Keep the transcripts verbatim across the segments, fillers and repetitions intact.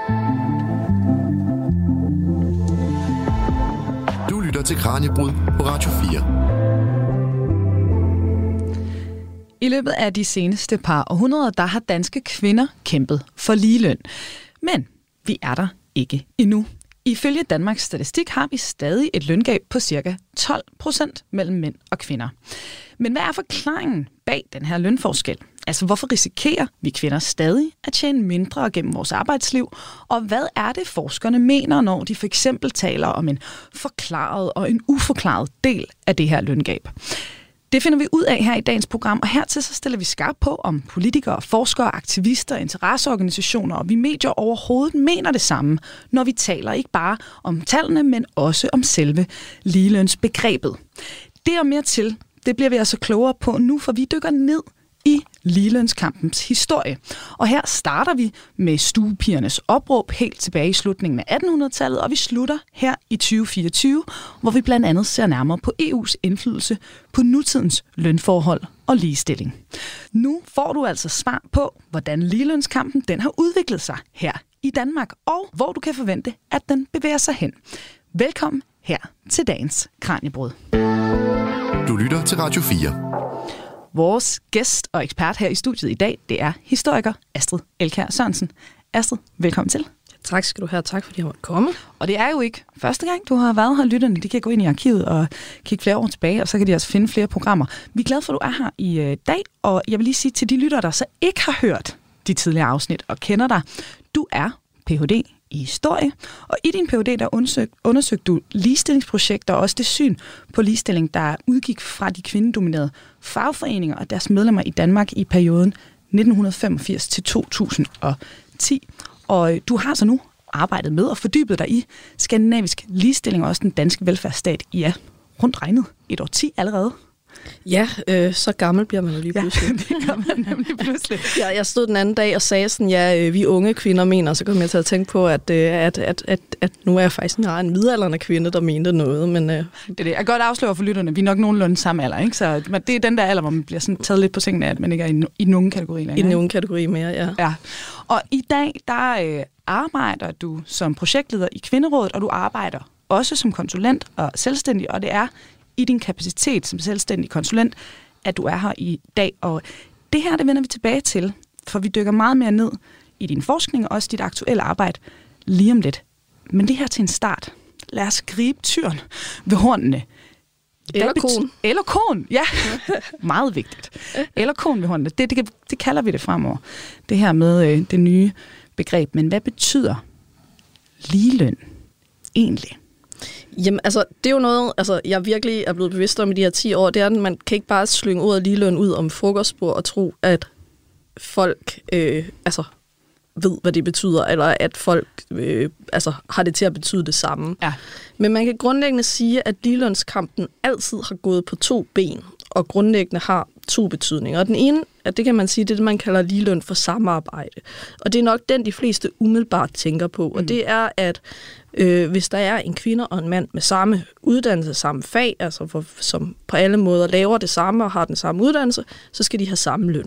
Du lytter til Kraniebrud på Radio fire. I løbet af de seneste par århundreder, der har danske kvinder kæmpet for ligeløn. Men vi er der ikke endnu. Ifølge Danmarks Statistik har vi stadig et løngab på cirka tolv procent mellem mænd og kvinder. Men hvad er forklaringen bag den her lønforskel? Altså, hvorfor risikerer vi kvinder stadig at tjene mindre gennem vores arbejdsliv? Og hvad er det, forskerne mener, når de for eksempel taler om en forklaret og en uforklaret del af det her løngab? Det finder vi ud af her i dagens program, og hertil så stiller vi skarpt på, om politikere, forskere, aktivister, interesseorganisationer og vi medier overhovedet mener det samme, når vi taler ikke bare om tallene, men også om selve ligelønsbegrebet. Det og mere til, det bliver vi altså klogere på nu, for vi dykker ned i ligelønskampens historie. Og her starter vi med stuepigernes opråb helt tilbage i slutningen af attenhundredetallet, og vi slutter her i tyve fireogtyve, hvor vi blandt andet ser nærmere på E U's indflydelse på nutidens lønforhold og ligestilling. Nu får du altså svar på, hvordan ligelønskampen den har udviklet sig her i Danmark, og hvor du kan forvente, at den bevæger sig hen. Velkommen her til dagens Kraniebrud. Du lytter til Radio fire. Vores gæst og ekspert her i studiet i dag, det er historiker Astrid Elkjær Sørensen. Astrid, velkommen til. Tak skal du have, tak fordi jeg måtte komme. Og det er jo ikke første gang, du har været her. Lytterne, de kan gå ind i arkivet og kigge flere år tilbage, og så kan de altså finde flere programmer. Vi er glade for, at du er her i øh, dag, og jeg vil lige sige til de lyttere, der så ikke har hørt de tidligere afsnit og kender dig, du er P H D i historie, og i din P H D, der undersøgte, undersøgte du ligestillingsprojekter og også det syn på ligestilling, der udgik fra de kvindedominerede fagforeninger og deres medlemmer i Danmark i perioden nitten femogfirs til to tusind og ti. Og du har så nu arbejdet med og fordybet dig i skandinavisk ligestilling og også den danske velfærdsstat i ja, rundt regnet et årti allerede. Ja, øh, så gammel bliver man jo lige pludselig. Ja, det gør man nemlig pludselig. jeg, jeg stod den anden dag og sagde sådan, ja, vi unge kvinder mener, og så kom jeg til at tænke på, at, at, at, at, at nu er jeg faktisk en, en midaldrende kvinde, der mente noget. Men, øh. Det er det. Jeg godt afsløre for lytterne, vi er nok nogenlunde samme alder, ikke? Så det er den der alder, hvor man bliver sådan taget lidt på sengen af, at man ikke er i, i nogen kategori længere. I nogen kategori mere, ja. ja. Og i dag, der øh, arbejder du som projektleder i Kvinderådet, og du arbejder også som konsulent og selvstændig, og det er i din kapacitet som selvstændig konsulent, at du er her i dag. Og det her, det vender vi tilbage til, for vi dykker meget mere ned i din forskning og også dit aktuelle arbejde lige om lidt. Men det her til en start. Lad os gribe tyren ved hornene. Eller koen. Eller koen, ja. Meget vigtigt. Eller koen ved hornene. Det, det, det kalder vi det fremover. Det her med øh, det nye begreb. Men hvad betyder ligeløn egentlig? Jamen, altså, det er jo noget, altså, jeg virkelig er blevet bevidst om i de her ti år, det er, at man kan ikke bare slynge ordet ligeløn ud om frokostbord og tro, at folk øh, altså, ved, hvad det betyder, eller at folk øh, altså, har det til at betyde det samme. Ja. Men man kan grundlæggende sige, at ligelønskampen altid har gået på to ben, og grundlæggende har to betydninger. Og den ene, at det kan man sige, det er det, man kalder ligeløn for samarbejde. Og det er nok den, de fleste umiddelbart tænker på. Mm. Og det er, at øh, hvis der er en kvinde og en mand med samme uddannelse, samme fag, altså for, som på alle måder laver det samme og har den samme uddannelse, så skal de have samme løn.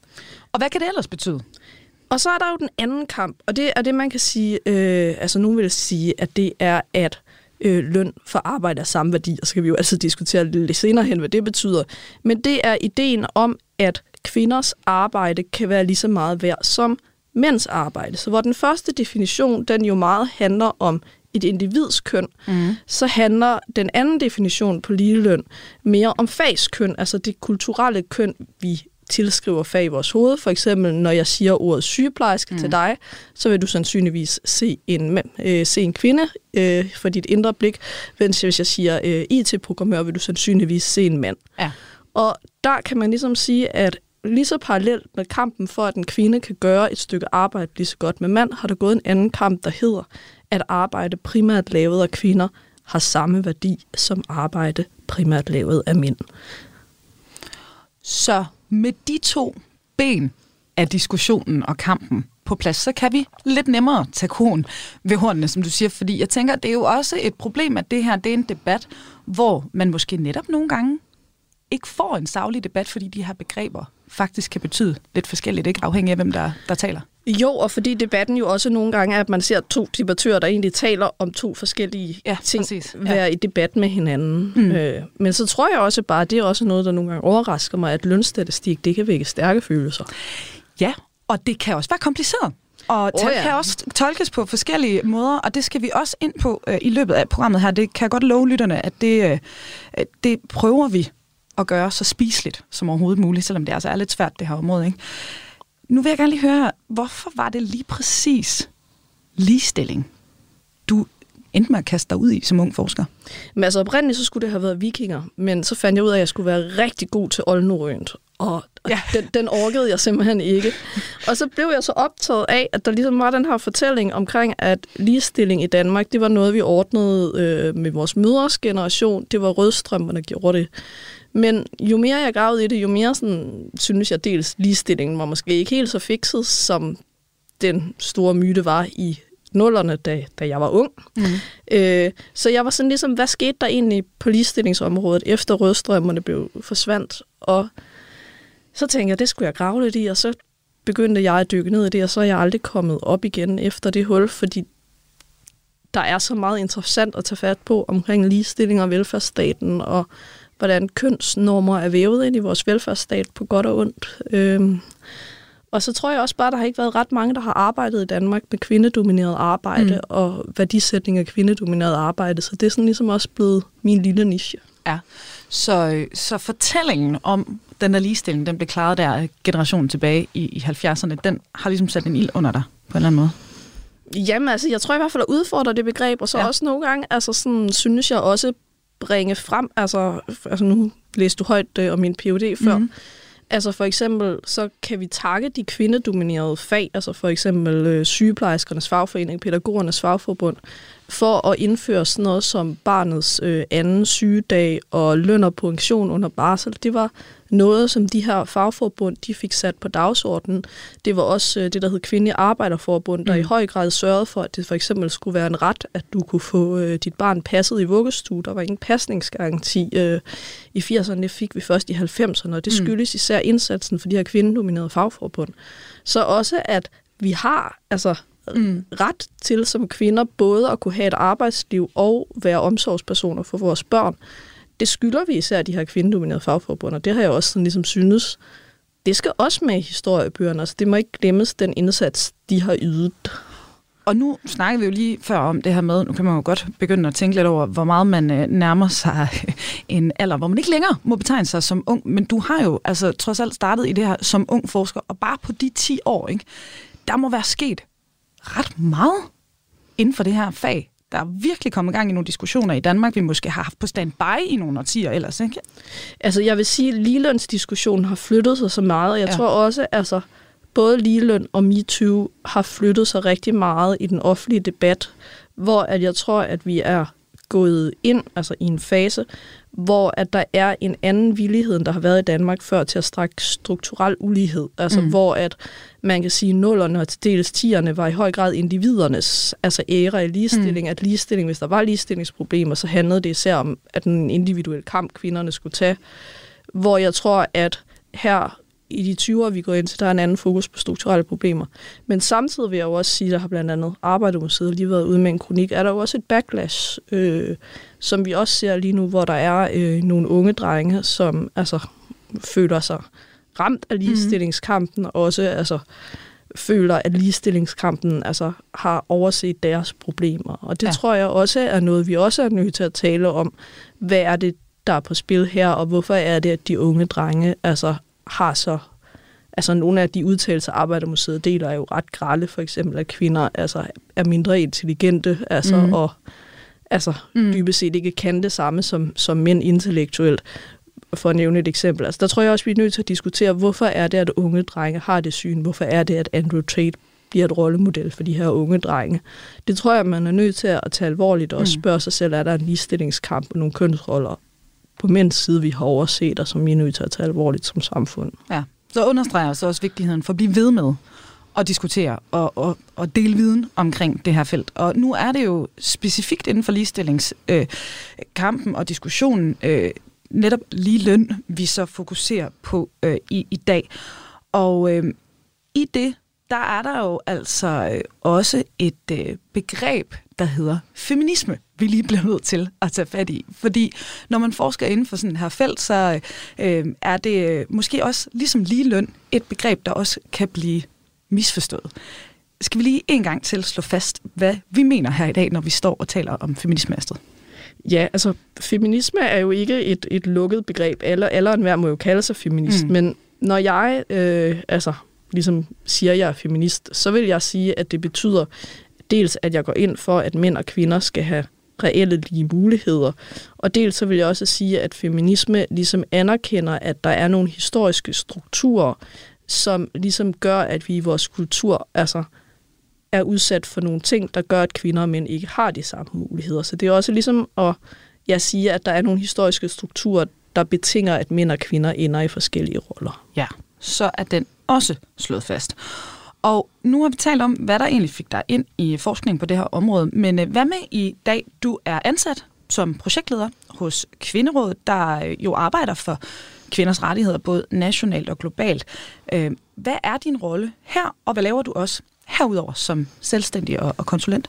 Og hvad kan det ellers betyde? Og så er der jo den anden kamp, og det er det, man kan sige, øh, altså nogen vil sige, at det er, at øh, løn for arbejde er samme værdi, og så kan vi jo altid diskutere lidt senere hen, hvad det betyder. Men det er ideen om, at kvinders arbejde kan være lige så meget værd som mænds arbejde. Så hvor den første definition, den jo meget handler om et individs køn, mm. så handler den anden definition på ligeløn mere om fagskøn, altså det kulturelle køn, vi tilskriver fag i vores hoved. For eksempel, når jeg siger ordet sygeplejerske mm. til dig, så vil du sandsynligvis se en, øh, se en kvinde øh, for dit indre blik, mens hvis jeg siger øh, I T-programmør, vil du sandsynligvis se en mand. Ja. Og der kan man ligesom sige, at lige så parallelt med kampen for, at en kvinde kan gøre et stykke arbejde lige så godt med mand, har der gået en anden kamp, der hedder, at arbejde primært lavet af kvinder har samme værdi som arbejde primært lavet af mænd. Så med de to ben af diskussionen og kampen på plads, så kan vi lidt nemmere tage koen ved hornene, som du siger, fordi jeg tænker, det er jo også et problem, at det her det er en debat, hvor man måske netop nogle gange ikke får en saglig debat, fordi de her begreber faktisk kan betyde lidt forskelligt, ikke afhængig af, hvem der, der taler. Jo, og fordi debatten jo også nogle gange er, at man ser to debattører, der egentlig taler om to forskellige ja, ting, præcis. være ja. i debat med hinanden. Mm. Øh, men så tror jeg også bare, det er også noget, der nogle gange overrasker mig, at lønstatistik, det kan vække stærke følelser. Ja, og det kan også være kompliceret. Og det oh, ja. kan også tolkes på forskellige måder, og det skal vi også ind på øh, i løbet af programmet her. Det kan jeg godt love lytterne, at det, øh, det prøver vi at gøre så spiseligt som overhovedet muligt, selvom det altså er lidt svært, det her område, ikke? Nu vil jeg gerne lige høre, hvorfor var det lige præcis ligestilling, du endte med at kaste dig ud i som ung forsker? Men altså oprindeligt, så skulle det have været vikinger, men så fandt jeg ud af, at jeg skulle være rigtig god til oldnorrønt, og, og ja. den, den orkede jeg simpelthen ikke. Og så blev jeg så optaget af, at der ligesom var den her fortælling omkring, at ligestilling i Danmark, det var noget, vi ordnede øh, med vores mødres generation. Det var rødstrømmerne, der gjorde det. Men jo mere jeg gravede i det, jo mere sådan, synes jeg dels ligestillingen var måske ikke helt så fikset, som den store myte var i nullerne, da, da jeg var ung. Mm. Øh, så jeg var sådan ligesom, hvad skete der egentlig på ligestillingsområdet, efter rødstrømmerne blev forsvandt? Og så tænkte jeg, det skulle jeg grave lidt i, og så begyndte jeg at dykke ned i det, og så er jeg aldrig kommet op igen efter det hul, fordi der er så meget interessant at tage fat på omkring ligestilling og velfærdsstaten, og hvordan kønsnormer er vævet ind i vores velfærdsstat på godt og ondt. Øhm, og så tror jeg også bare, at der har ikke været ret mange, der har arbejdet i Danmark med kvindedomineret arbejde mm. og værdisætning af kvindedomineret arbejde, så det er sådan ligesom også blevet min lille niche. Ja, så, så fortællingen om den der ligestilling, den blev klaret der generationen tilbage i, i halvfjerdserne, den har ligesom sat en ild under dig på en eller anden måde? Jamen altså, jeg tror i hvert fald at udfordre det begreb, og så ja. også nogle gange, altså sådan, synes jeg også bringe frem, altså, altså nu læste du højt øh, om min P H D før, mm-hmm. altså for eksempel, så kan vi takke de kvindedominerede fag, altså for eksempel øh, sygeplejerskernes fagforening, pædagogernes fagforbund, for at indføre sådan noget som barnets øh, anden sygedag og løn og pension under barsel. Det var noget, som de her fagforbund, de fik sat på dagsordenen. Det var også øh, det, der hed Kvindelig Arbejderforbund, der mm. i høj grad sørgede for, at det for eksempel skulle være en ret, at du kunne få øh, dit barn passet i vuggestue. Der var ingen pasningsgaranti øh, i firserne. Det fik vi først i halvfemserne, og det skyldes især indsatsen for de her kvindedominerede fagforbund. Så også, at vi har altså Mm. ret til som kvinder både at kunne have et arbejdsliv og være omsorgspersoner for vores børn. Det skylder vi især de her kvindedominerede fagforbund, og det har jeg også sådan ligesom synes, det skal også med i historiebøgerne, altså det må ikke glemmes den indsats, de har ydet. Og nu snakker vi jo lige før om det her med, nu kan man jo godt begynde at tænke lidt over, hvor meget man øh, nærmer sig en alder, hvor man ikke længere må betegne sig som ung, men du har jo altså trods alt startet i det her som ung forsker, og bare på de ti år, ikke, der må være sket ret meget inden for det her fag. Der er virkelig kommet i gang i nogle diskussioner i Danmark, vi måske har haft på standby i nogle årtier ellers, ikke? Altså, jeg vil sige, at ligelønsdiskussionen har flyttet sig så meget, og jeg ja. tror også, altså, både ligeløn og MeToo har flyttet sig rigtig meget i den offentlige debat, hvor at jeg tror, at vi er gået ind altså i en fase, hvor at der er en anden villighed, end der har været i Danmark før, til at strække strukturel ulighed. Altså mm. hvor at man kan sige, nullerne og til dels tierne var i høj grad individernes altså æra i ligestilling. Mm. At ligestilling, hvis der var ligestillingsproblemer, så handlede det især om, at en individuel kamp kvinderne skulle tage. Hvor jeg tror, at her i de tyvere, vi går ind til, der er en anden fokus på strukturelle problemer. Men samtidig vil jeg jo også sige, der har blandt andet Arbejdermuseet lige været ude med en kronik, er der jo også et backlash, øh, som vi også ser lige nu, hvor der er øh, nogle unge drenge, som altså føler sig ramt af ligestillingskampen, mm-hmm. og også altså, føler, at ligestillingskampen altså, har overset deres problemer. Og det ja. tror jeg også er noget, vi også er nødt til at tale om. Hvad er det, der er på spil her, og hvorfor er det, at de unge drenge altså har så, altså nogle af de udtalelser, Arbejdermuseet deler er jo ret grelle, for eksempel, at kvinder altså, er mindre intelligente, altså, mm. og altså, mm. dybest set ikke kan det samme som, som mænd intellektuelt, for at nævne et eksempel. Altså, der tror jeg også, vi er nødt til at diskutere, hvorfor er det, at unge drenge har det syn, hvorfor er det, at Andrew Tate bliver et rollemodel for de her unge drenge. Det tror jeg, man er nødt til at tage alvorligt, og mm. spørge sig selv, er der en ligestillingskamp og nogle kønsroller på mænds side, vi har overset, og som vi er nødt til at tage alvorligt som samfund. Ja, så understreger jeg så også vigtigheden for at blive ved med at diskutere og, og, og dele viden omkring det her felt. Og nu er det jo specifikt inden for ligestillingskampen øh, og diskussionen øh, netop lige løn, vi så fokuserer på øh, i, i dag. Og øh, i det, der er der jo altså øh, også et øh, begreb, der hedder feminisme, vi lige bliver nødt til at tage fat i. Fordi når man forsker inden for sådan her felt, så øh, er det øh, måske også, ligesom ligeløn, et begreb, der også kan blive misforstået. Skal vi lige en gang til slå fast, hvad vi mener her i dag, når vi står og taler om feminisme, Astrid? Ja, altså feminisme er jo ikke et, et lukket begreb. Alle, alle og enhver må jo kalde sig feminist, mm. men når jeg øh, altså, ligesom siger, at jeg er feminist, så vil jeg sige, at det betyder dels, at jeg går ind for, at mænd og kvinder skal have reelle lige muligheder, og dels så vil jeg også sige, at feminisme ligesom anerkender, at der er nogle historiske strukturer, som ligesom gør, at vi i vores kultur altså, er udsat for nogle ting, der gør, at kvinder og mænd ikke har de samme muligheder. Så det er også ligesom at jeg siger, at der er nogle historiske strukturer, der betinger, at mænd og kvinder ender i forskellige roller. Ja, så er den også slået fast. Og nu har vi talt om, hvad der egentlig fik dig ind i forskning på det her område. Men hvad med i dag? Du er ansat som projektleder hos Kvinderådet, der jo arbejder for kvinders rettigheder, både nationalt og globalt. Hvad er din rolle her, og hvad laver du også herudover som selvstændig og, og konsulent?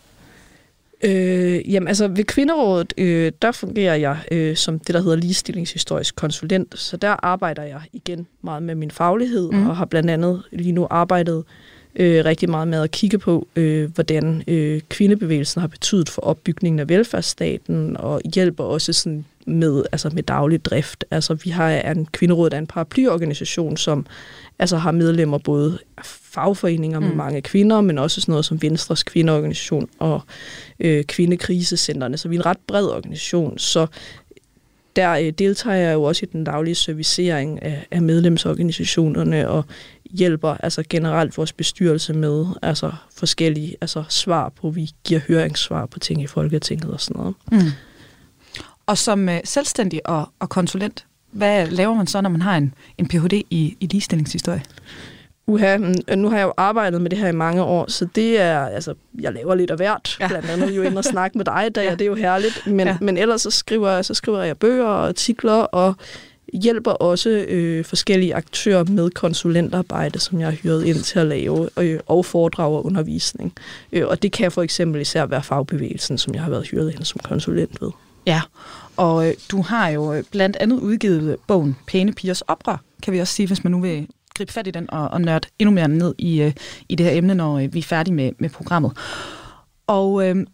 Øh, jamen altså ved Kvinderådet, øh, der fungerer jeg øh, som det, der hedder ligestillingshistorisk konsulent. Så der arbejder jeg igen meget med min faglighed, mm. og har blandt andet lige nu arbejdet øh, rigtig meget med at kigge på, øh, hvordan øh, kvindebevægelsen har betydet for opbygningen af velfærdsstaten, og hjælper også sådan med, altså med daglig drift. Altså vi har en Kvinderådet, der er en paraplyorganisation, som altså har medlemmer både fagforeninger med mm. mange kvinder, men også sådan noget som Venstres kvindeorganisation og øh, kvindekrisecentrene. Så vi er en ret bred organisation, så der øh, deltager jeg jo også i den daglige servicering af, af medlemsorganisationerne og hjælper altså generelt vores bestyrelse med altså forskellige altså svar på, vi giver høringssvar på ting i Folketinget og sådan noget. Mm. Og som øh, selvstændig og, og konsulent, hvad laver man så, når man har en, en P H D i, i ligestillingshistorie? Uha, nu har jeg jo arbejdet med det her i mange år, så det er, altså, jeg laver lidt af hvert. Ja. Blandt andet jo ind og snakke med dig, der, ja. Det er jo herligt. Men, ja. men ellers så skriver, så skriver jeg bøger og artikler, og hjælper også øh, forskellige aktører med konsulentarbejde, som jeg har hyret ind til at lave, øh, og foredrag og undervisning. Øh, og det kan for eksempel især være fagbevægelsen, som jeg har været hyret ind som konsulent ved. Ja, og øh, du har jo blandt andet udgivet bogen Pæne pigers oprør, kan vi også sige, hvis man nu vil gribe fat i den og, og nørde endnu mere ned i, øh, i det her emne, når øh, vi er færdige med, med programmet. Og øh,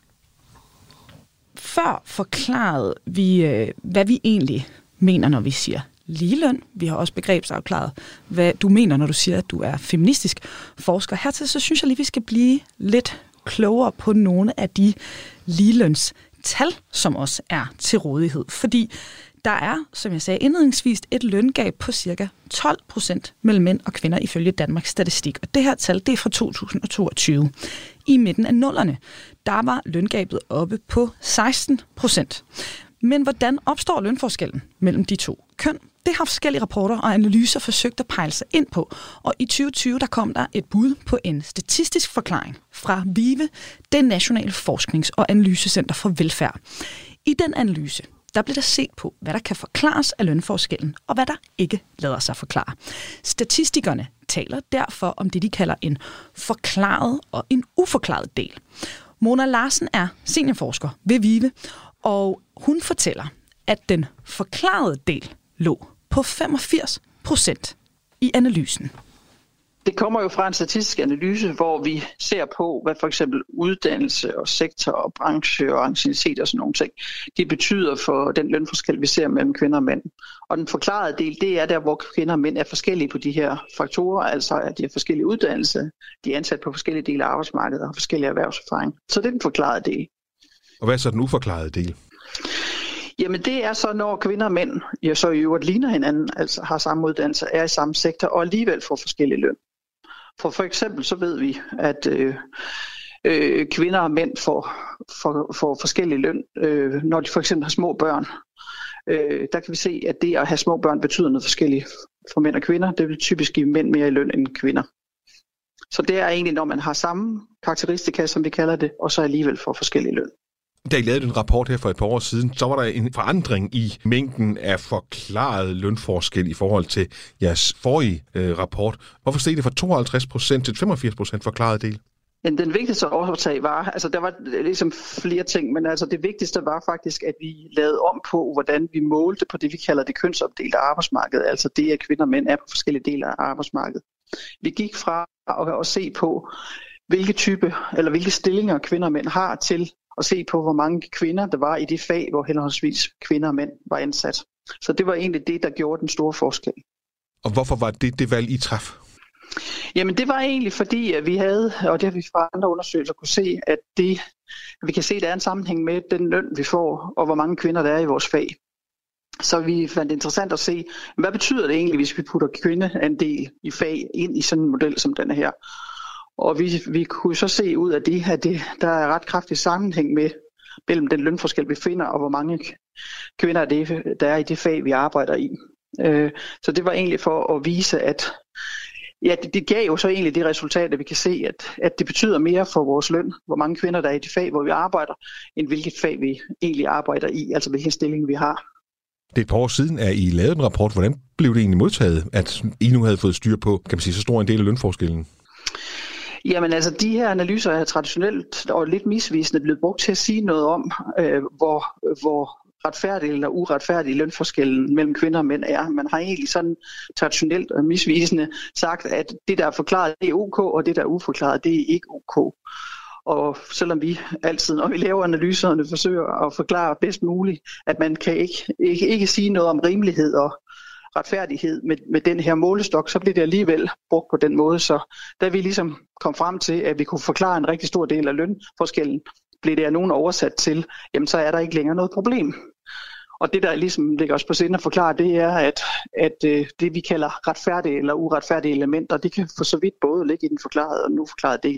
før forklarede vi, øh, hvad vi egentlig mener, når vi siger ligeløn. Vi har også begrebsafklaret, hvad du mener, når du siger, at du er feministisk forsker. Hertil så synes jeg lige, vi skal blive lidt klogere på nogle af de ligeløns tal, som også er til rådighed. Fordi der er, som jeg sagde indledningsvis, et løngab på cirka tolv procent mellem mænd og kvinder ifølge Danmarks Statistik. Og det her tal, det er fra to tusind og toogtyve. I midten af nullerne, der var løngabet oppe på seksten procent. Men hvordan opstår lønforskellen mellem de to køn? Det har forskellige rapporter og analyser forsøgt at pejle sig ind på. Og i tyve tyve der kom der et bud på en statistisk forklaring fra VIVE, det Nationale Forsknings- og Analysecenter for Velfærd. I den analyse, der blev der set på, hvad der kan forklares af lønforskellen, og hvad der ikke lader sig forklare. Statistikerne taler derfor om det, de kalder en forklaret og en uforklaret del. Mona Larsen er seniorforsker ved VIVE, og hun fortæller, at den forklarede del lå på femogfirs procent i analysen. Det kommer jo fra en statistisk analyse, hvor vi ser på, hvad for eksempel uddannelse og sektor og branche og anciennitet og sådan nogle ting, det betyder for den lønforskel, vi ser mellem kvinder og mænd. Og den forklarede del, det er der, hvor kvinder og mænd er forskellige på de her faktorer, altså at de har forskellige uddannelse, de er ansat på forskellige dele af arbejdsmarkedet og har forskellige erhvervserfaring. Så det er den forklarede del. Og hvad er så den uforklarede del? Jamen det er så, når kvinder og mænd ja, så i øvrigt ligner hinanden, altså har samme uddannelse, er i samme sektor og alligevel får forskellige løn. For for eksempel så ved vi, at øh, øh, kvinder og mænd får, får, får forskellige løn, øh, når de for eksempel har små børn. Øh, der kan vi se, at det at have små børn betyder noget forskelligt for mænd og kvinder. Det vil typisk give mænd mere i løn end kvinder. Så det er egentlig, når man har samme karakteristika, som vi kalder det, og så alligevel får forskellige løn. Da I lavede en rapport her for et par år siden, så var der en forandring i mængden af forklaret lønforskel i forhold til jeres forrige øh, rapport. Hvorfor steg det fra tooghalvtreds procent til femogfirs procent forklaret del? Men den vigtigste årsag var, altså der var ligesom flere ting, men altså det vigtigste var faktisk, at vi lavede om på, hvordan vi målte på det, vi kalder det kønsopdelte arbejdsmarked, altså det, at kvinder og mænd er på forskellige dele af arbejdsmarkedet. Vi gik fra at, at se på, hvilke type, eller hvilke stillinger kvinder og mænd har, til at se på, hvor mange kvinder der var i det fag, hvor henholdsvis kvinder og mænd var ansat. Så det var egentlig det, der gjorde den store forskel. Og hvorfor var det det valg, I traf? Jamen det var egentlig fordi, at vi havde, og det har vi fra andre undersøgelser kunne se, at det, vi kan se, at der er en sammenhæng med den løn, vi får, og hvor mange kvinder der er i vores fag. Så vi fandt det interessant at se, hvad betyder det egentlig, hvis vi putter kvindeandel i fag ind i sådan en model som denne her. Og vi, vi kunne så se ud af det, at det, der er ret kraftig sammenhæng med mellem den lønforskel, vi finder, og hvor mange kvinder det, der er i det fag, vi arbejder i. Så det var egentlig for at vise, at ja, det, det gav jo så egentlig det resultat, at vi kan se, at, at det betyder mere for vores løn, hvor mange kvinder der er i det fag, hvor vi arbejder, end hvilket fag vi egentlig arbejder i, altså hvilken stilling vi har. Det er et par år siden, at I lavede en rapport. Hvordan blev det egentlig modtaget, at I nu havde fået styr på, kan man sige, så stor en del af lønforskellen? Jamen altså, de her analyser er traditionelt og lidt misvisende blevet brugt til at sige noget om, øh, hvor, hvor retfærdig eller uretfærdig lønforskellen mellem kvinder og mænd er. Man har egentlig sådan traditionelt og misvisende sagt, at det, der er forklaret, det er ok, og det, der er uforklaret, det er ikke ok. Og selvom vi altid, når vi laver analyserne, forsøger at forklare bedst muligt, at man kan ikke, ikke, ikke sige noget om rimelighed og retfærdighed med, med den her målestok, så bliver det alligevel brugt på den måde. Så da vi ligesom kom frem til, at vi kunne forklare en rigtig stor del af lønforskellen, blev det af nogen oversat til, jamen så er der ikke længere noget problem. Og det, der ligesom ligger os på sinde at forklare, det er, at, at det, vi kalder retfærdige eller uretfærdige elementer, det kan for så vidt både ligge i den forklarede og den uforklarede del.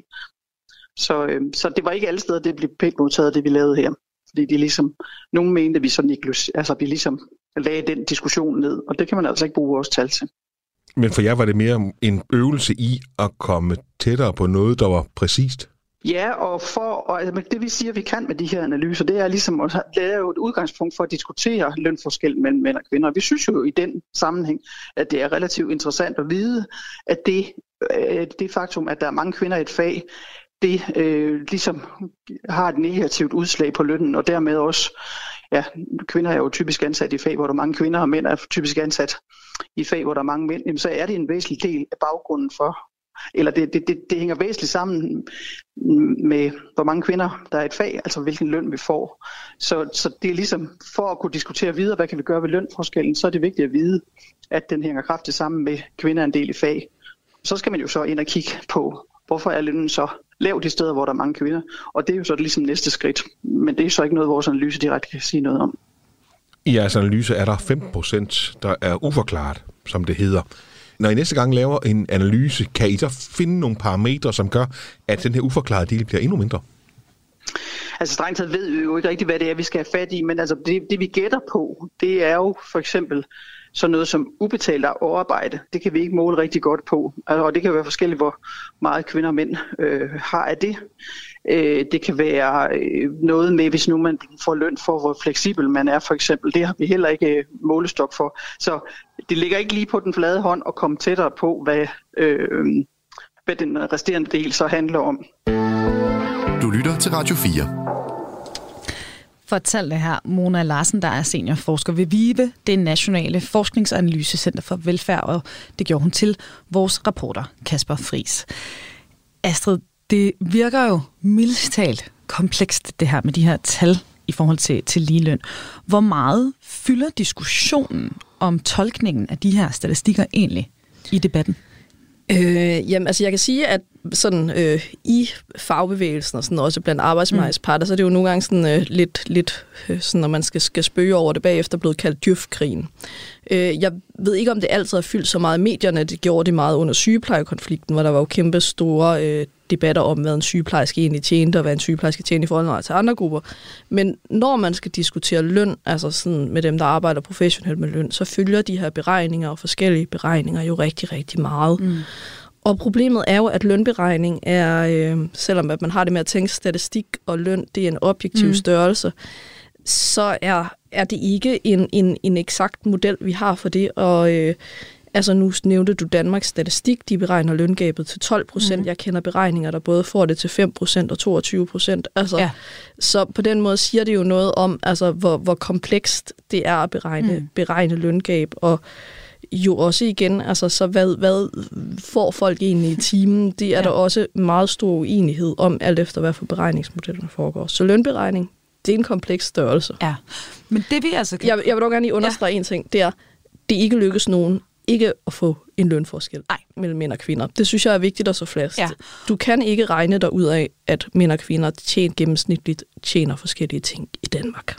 Så, så det var ikke alle steder, det blev pænt modtaget, det vi lavede her. Fordi de ligesom, nogen mente, at vi sådan ikke, altså vi ligesom lagde den diskussion ned, og det kan man altså ikke bruge vores tal til. Men for jer var det mere en øvelse i at komme tættere på noget, der var præcist? Ja, og, for, og det vi siger, vi kan med de her analyser, det er ligesom at lave et udgangspunkt for at diskutere lønforskel mellem mænd og kvinder. Vi synes jo i den sammenhæng, at det er relativt interessant at vide, at det, det faktum, at der er mange kvinder i et fag, det øh, ligesom har et negativt udslag på lønnen, og dermed også, ja, kvinder er jo typisk ansat i fag, hvor der er mange kvinder, og mænd er typisk ansat i fag, hvor der er mange mænd, jamen, så er det en væsentlig del af baggrunden for, eller det, det, det, det hænger væsentligt sammen med, hvor mange kvinder der er i et fag, altså hvilken løn vi får. Så, så det er ligesom, for at kunne diskutere videre, hvad kan vi gøre ved lønforskellen, så er det vigtigt at vide, at den hænger kraftigt sammen med kvinder en del i fag. Så skal man jo så ind og kigge på, hvorfor er lønnen så lav de steder, hvor der er mange kvinder. Og det er jo så ligesom næste skridt. Men det er så ikke noget, vores analyse direkte kan sige noget om. I jeres analyse er der femten procent, der er uforklaret, som det hedder. Når I næste gang laver en analyse, kan I så finde nogle parametre, som gør, at den her uforklarede del bliver endnu mindre? Altså strengt taget ved vi jo ikke rigtig, hvad det er, vi skal have fat i. Men altså det, det vi gætter på, det er jo for eksempel så noget som ubetalt overarbejde. Det kan vi ikke måle rigtig godt på. Og det kan være forskelligt, hvor meget kvinder og mænd øh, har af det. Øh, det kan være øh, noget med, hvis nu man får løn for, hvor fleksibel man er for eksempel. Det har vi heller ikke øh, målestok for. Så det ligger ikke lige på den flade hånd at komme tættere på, hvad, øh, hvad den resterende del så handler om. Du lytter til Radio fire. Fortalte her Mona Larsen, der er seniorforsker ved VIVE, det nationale forskningsanalysecenter for velfærd, og det gjorde hun til vores reporter Kasper Friis. Astrid, det virker jo mildest talt komplekst, det her med de her tal i forhold til, til ligeløn. Hvor meget fylder diskussionen om tolkningen af de her statistikker egentlig i debatten? Øh, jamen, altså jeg kan sige, at sådan øh, i fagbevægelsen og sådan også blandt arbejdsmarkedsparter, mm. så er det jo nogle gange sådan øh, lidt, lidt øh, sådan, når man skal, skal spøge over det bagefter, blevet kaldt djøf-krigen. Øh, jeg ved ikke, om det altid har fyldt så meget i medierne. Det gjorde det meget under sygeplejekonflikten, hvor der var jo kæmpe store øh, debatter om, hvad en sygeplejerske egentlig tjente, og hvad en sygeplejerske tjente i forhold til andre grupper. Men når man skal diskutere løn, altså sådan med dem, der arbejder professionelt med løn, så følger de her beregninger og forskellige beregninger jo rigtig, rigtig meget. Mm. Og problemet er jo, at lønberegning er, øh, selvom at man har det med at tænke statistik og løn, det er en objektiv mm. størrelse, så er, er det ikke en, en, en eksakt model, vi har for det. Og øh, altså nu nævnte du Danmarks Statistik, de beregner løngabet til tolv procent. Mm. Jeg kender beregninger, der både får det til fem procent og toogtyve procent. Altså, ja. Så på den måde siger det jo noget om, altså, hvor, hvor komplekst det er at beregne, mm. beregne løngab. Og jo også igen, altså, så hvad, hvad får folk egentlig i timen? Det er ja. der også meget stor uenighed om, alt efter hvad for beregningsmodellen foregår. Så lønberegning, det er en kompleks størrelse. Ja, men det vi altså... Kan... Jeg, jeg vil dog gerne lige understrege ja. en ting, det er, det ikke lykkes nogen ikke at få en lønforskel Ej. mellem mænd og kvinder. Det synes jeg er vigtigt at så fast. Ja. Du kan ikke regne dig ud af, at mænd og kvinder tjener gennemsnitligt tjener forskellige ting i Danmark.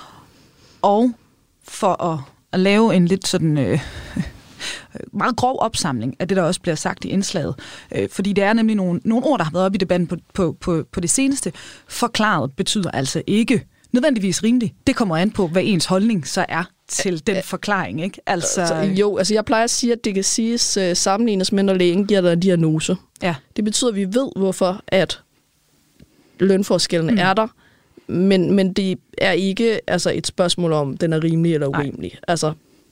Og for at, at lave en lidt sådan... Øh, meget grov opsamling af det, der også bliver sagt i indslaget. Øh, fordi det er nemlig nogle, nogle ord, der har været oppe i debatten på, på, på, på det seneste. Forklaret betyder altså ikke nødvendigvis rimeligt. Det kommer an på, hvad ens holdning så er til den forklaring, ikke? Altså... altså jo, altså jeg plejer at sige, at det kan siges uh, sammenlignes med, når lægen giver dig en diagnose. Ja. Det betyder, at vi ved, hvorfor at lønforskellene mm. er der, men, men det er ikke altså et spørgsmål om, den er rimelig eller urimelig. Nej. Altså,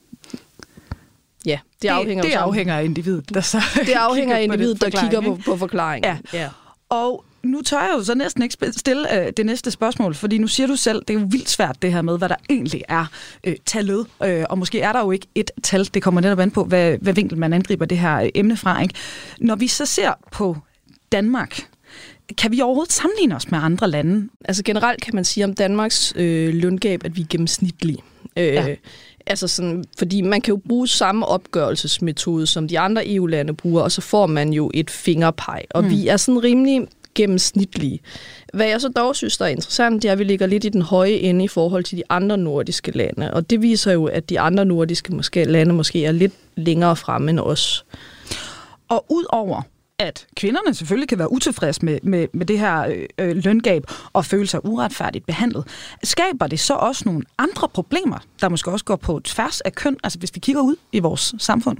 ja, det afhænger, det, det afhænger af individet, der så det afhænger af individet, der kigger på, på forklaringen. Ja. Ja. Og nu tør jeg jo så næsten ikke stille øh, det næste spørgsmål, fordi nu siger du selv, det er jo vildt svært det her med, hvad der egentlig er øh, tallet, øh, og måske er der jo ikke et tal, det kommer netop an på, hvad, hvad vinkel man angriber det her øh, emne fra, ikke? Når vi så ser på Danmark, kan vi overhovedet sammenligne os med andre lande? Altså generelt kan man sige om Danmarks øh, løngab, at vi er gennemsnitlige. Øh, ja. Altså sådan, fordi man kan jo bruge samme opgørelsesmetode, som de andre E U-lande bruger, og så får man jo et fingerpeg. Og mm. vi er sådan rimelig gennemsnitlige. Hvad jeg så dog synes, der er interessant, det er, at vi ligger lidt i den høje ende i forhold til de andre nordiske lande. Og det viser jo, at de andre nordiske måske, lande måske er lidt længere fremme end os. Og udover at kvinderne selvfølgelig kan være utilfredse med, med, med det her øh, løngab og føle sig uretfærdigt behandlet, skaber det så også nogle andre problemer, der måske også går på tværs af køn, altså hvis vi kigger ud i vores samfund?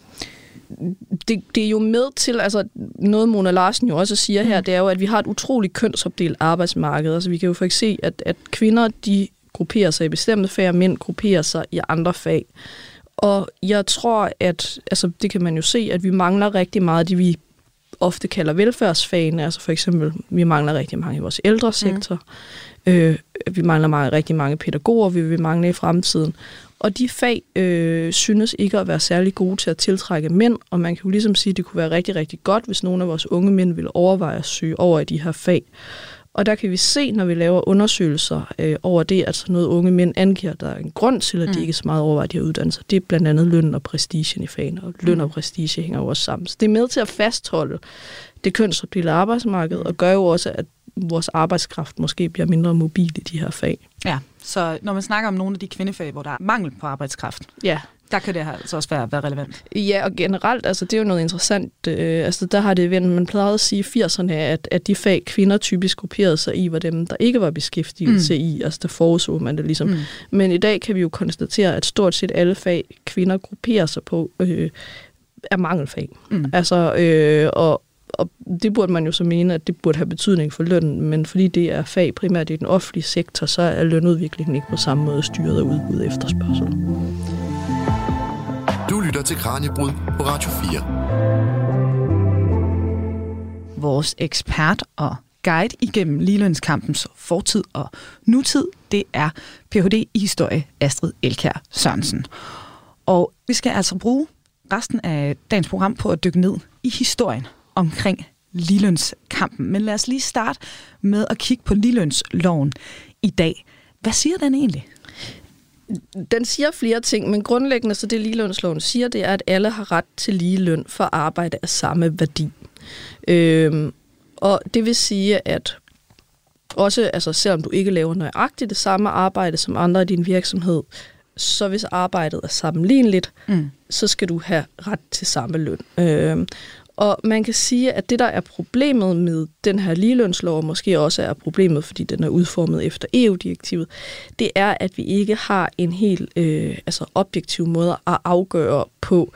Det, det er jo med til, altså noget Mona Larsen jo også siger her, det er jo, at vi har et utroligt kønsopdelt arbejdsmarked. Altså vi kan jo faktisk se, at, at kvinder, de grupperer sig i bestemte fag, og mænd grupperer sig i andre fag. Og jeg tror, at, altså det kan man jo se, at vi mangler rigtig meget af det, vi ofte kalder velfærdsfagene. Altså for eksempel, vi mangler rigtig mange i vores ældresektor. Mm. Øh, vi mangler meget, rigtig mange pædagoger, vi vil mangle i fremtiden. Og de fag øh, synes ikke at være særlig gode til at tiltrække mænd, og man kan jo ligesom sige, at det kunne være rigtig, rigtig godt, hvis nogle af vores unge mænd ville overveje at søge over i de her fag. Og der kan vi se, når vi laver undersøgelser øh, over det, at sådan noget unge mænd angiver, at der er en grund til, at de mm. ikke så meget overvejer de her uddannelser. Det er blandt andet løn og prestigen i fagene, og løn og prestige hænger jo også sammen. Så det er med til at fastholde det kønsopdelte arbejdsmarked, og gør jo også, at vores arbejdskraft måske bliver mindre mobil i de her fag. Ja, så når man snakker om nogle af de kvindefag, hvor der er mangel på arbejdskraft, ja, der kan det her altså også være, være relevant. Ja, og generelt, altså det er jo noget interessant. Øh, altså der har det, man plejede at sige i firserne, at, at de fag, kvinder typisk grupperede sig i, var dem, der ikke var beskæftigelse mm. i. Altså der forudså man det ligesom. Mm. Men i dag kan vi jo konstatere, at stort set alle fag, kvinder grupperer sig på, øh, er mangelfag. Mm. Altså, øh, og Og det burde man jo så mene, at det burde have betydning for lønnen, men fordi det er fag primært i den offentlige sektor, så er lønudviklingen ikke på samme måde styret af udbud og efterspørgsel. Du lytter til Kraniebrud på Radio fire. Vores ekspert og guide igennem ligelønskampens fortid og nutid, det er P H D i historie Astrid Elkjær Sørensen. Og vi skal altså bruge resten af dagens program på at dykke ned i historien omkring ligelønskampen. Men lad os lige starte med at kigge på ligelønsloven i dag. Hvad siger den egentlig? Den siger flere ting, men grundlæggende så det ligelønsloven siger, det er, at alle har ret til lige løn for arbejde af samme værdi. Øhm, og det vil sige, at også altså, selvom du ikke laver nøjagtigt det samme arbejde som andre i din virksomhed, så hvis arbejdet er sammenligneligt, mm. så skal du have ret til samme løn. Øhm, Og man kan sige, at det, der er problemet med den her ligelønslov, og måske også er problemet, fordi den er udformet efter E U-direktivet, det er, at vi ikke har en helt øh, altså objektiv måde at afgøre på,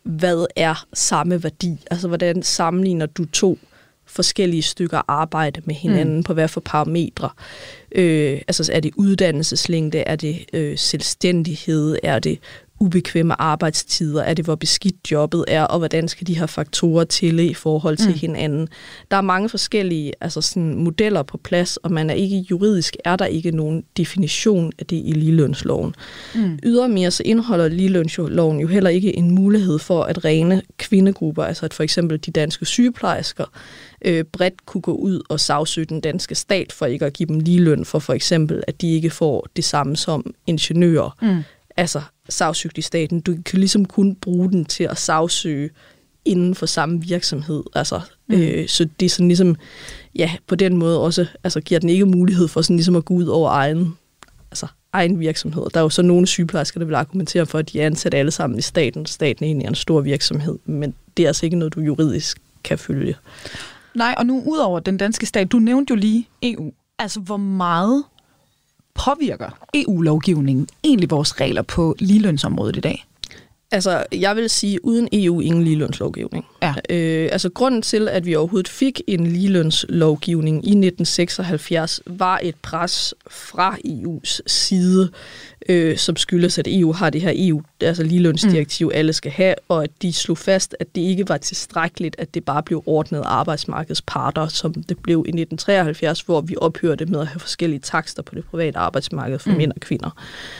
hvad er samme værdi? Altså, hvordan sammenligner du to forskellige stykker arbejde med hinanden mm. på hvad for parametre? Øh, altså, er det uddannelseslængde? Er det øh, selvstændighed? Er det ubekvemme arbejdstider? Er det, hvor beskidt jobbet er? Og hvordan skal de her faktorer tælle i forhold til mm. hinanden? Der er mange forskellige altså sådan, modeller på plads, og man er ikke juridisk, er der ikke nogen definition af det i ligelønsloven. Mm. Ydermere så indeholder ligelønsloven jo heller ikke en mulighed for, at rene kvindegrupper, altså at for eksempel de danske sygeplejersker, øh, bredt kunne gå ud og sagsøge den danske stat for ikke at give dem ligeløn, for for eksempel, at de ikke får det samme som ingeniører. Mm. Altså sagsøgt i staten. Du kan ligesom kun bruge den til at sagsøge inden for samme virksomhed. Altså, mm. øh, så det er sådan ligesom, ja, på den måde også, altså giver den ikke mulighed for sådan ligesom at gå ud over egen, altså egen virksomhed. Der er jo så nogle sygeplejersker, der vil argumentere for, at de er ansat alle sammen i staten. Staten er egentlig en stor virksomhed, men det er altså ikke noget, du juridisk kan følge. Nej, og nu ud over den danske stat, du nævnte jo lige E U. Altså, hvor meget påvirker E U-lovgivningen egentlig vores regler på ligelønsområdet i dag? Altså, jeg vil sige, uden E U ingen ligelønslovgivning. Ja. Øh, altså, grunden til, at vi overhovedet fik en ligelønslovgivning i nitten seksoghalvfjerds, var et pres fra E U's side, øh, som skyldes, at E U har det her E U, altså ligelønsdirektiv, mm. alle skal have, og at de slog fast, at det ikke var tilstrækkeligt, at det bare blev ordnet arbejdsmarkedsparter, som det blev i nitten treoghalvfjerds, hvor vi ophørte med at have forskellige takster på det private arbejdsmarked for mm. mænd og kvinder.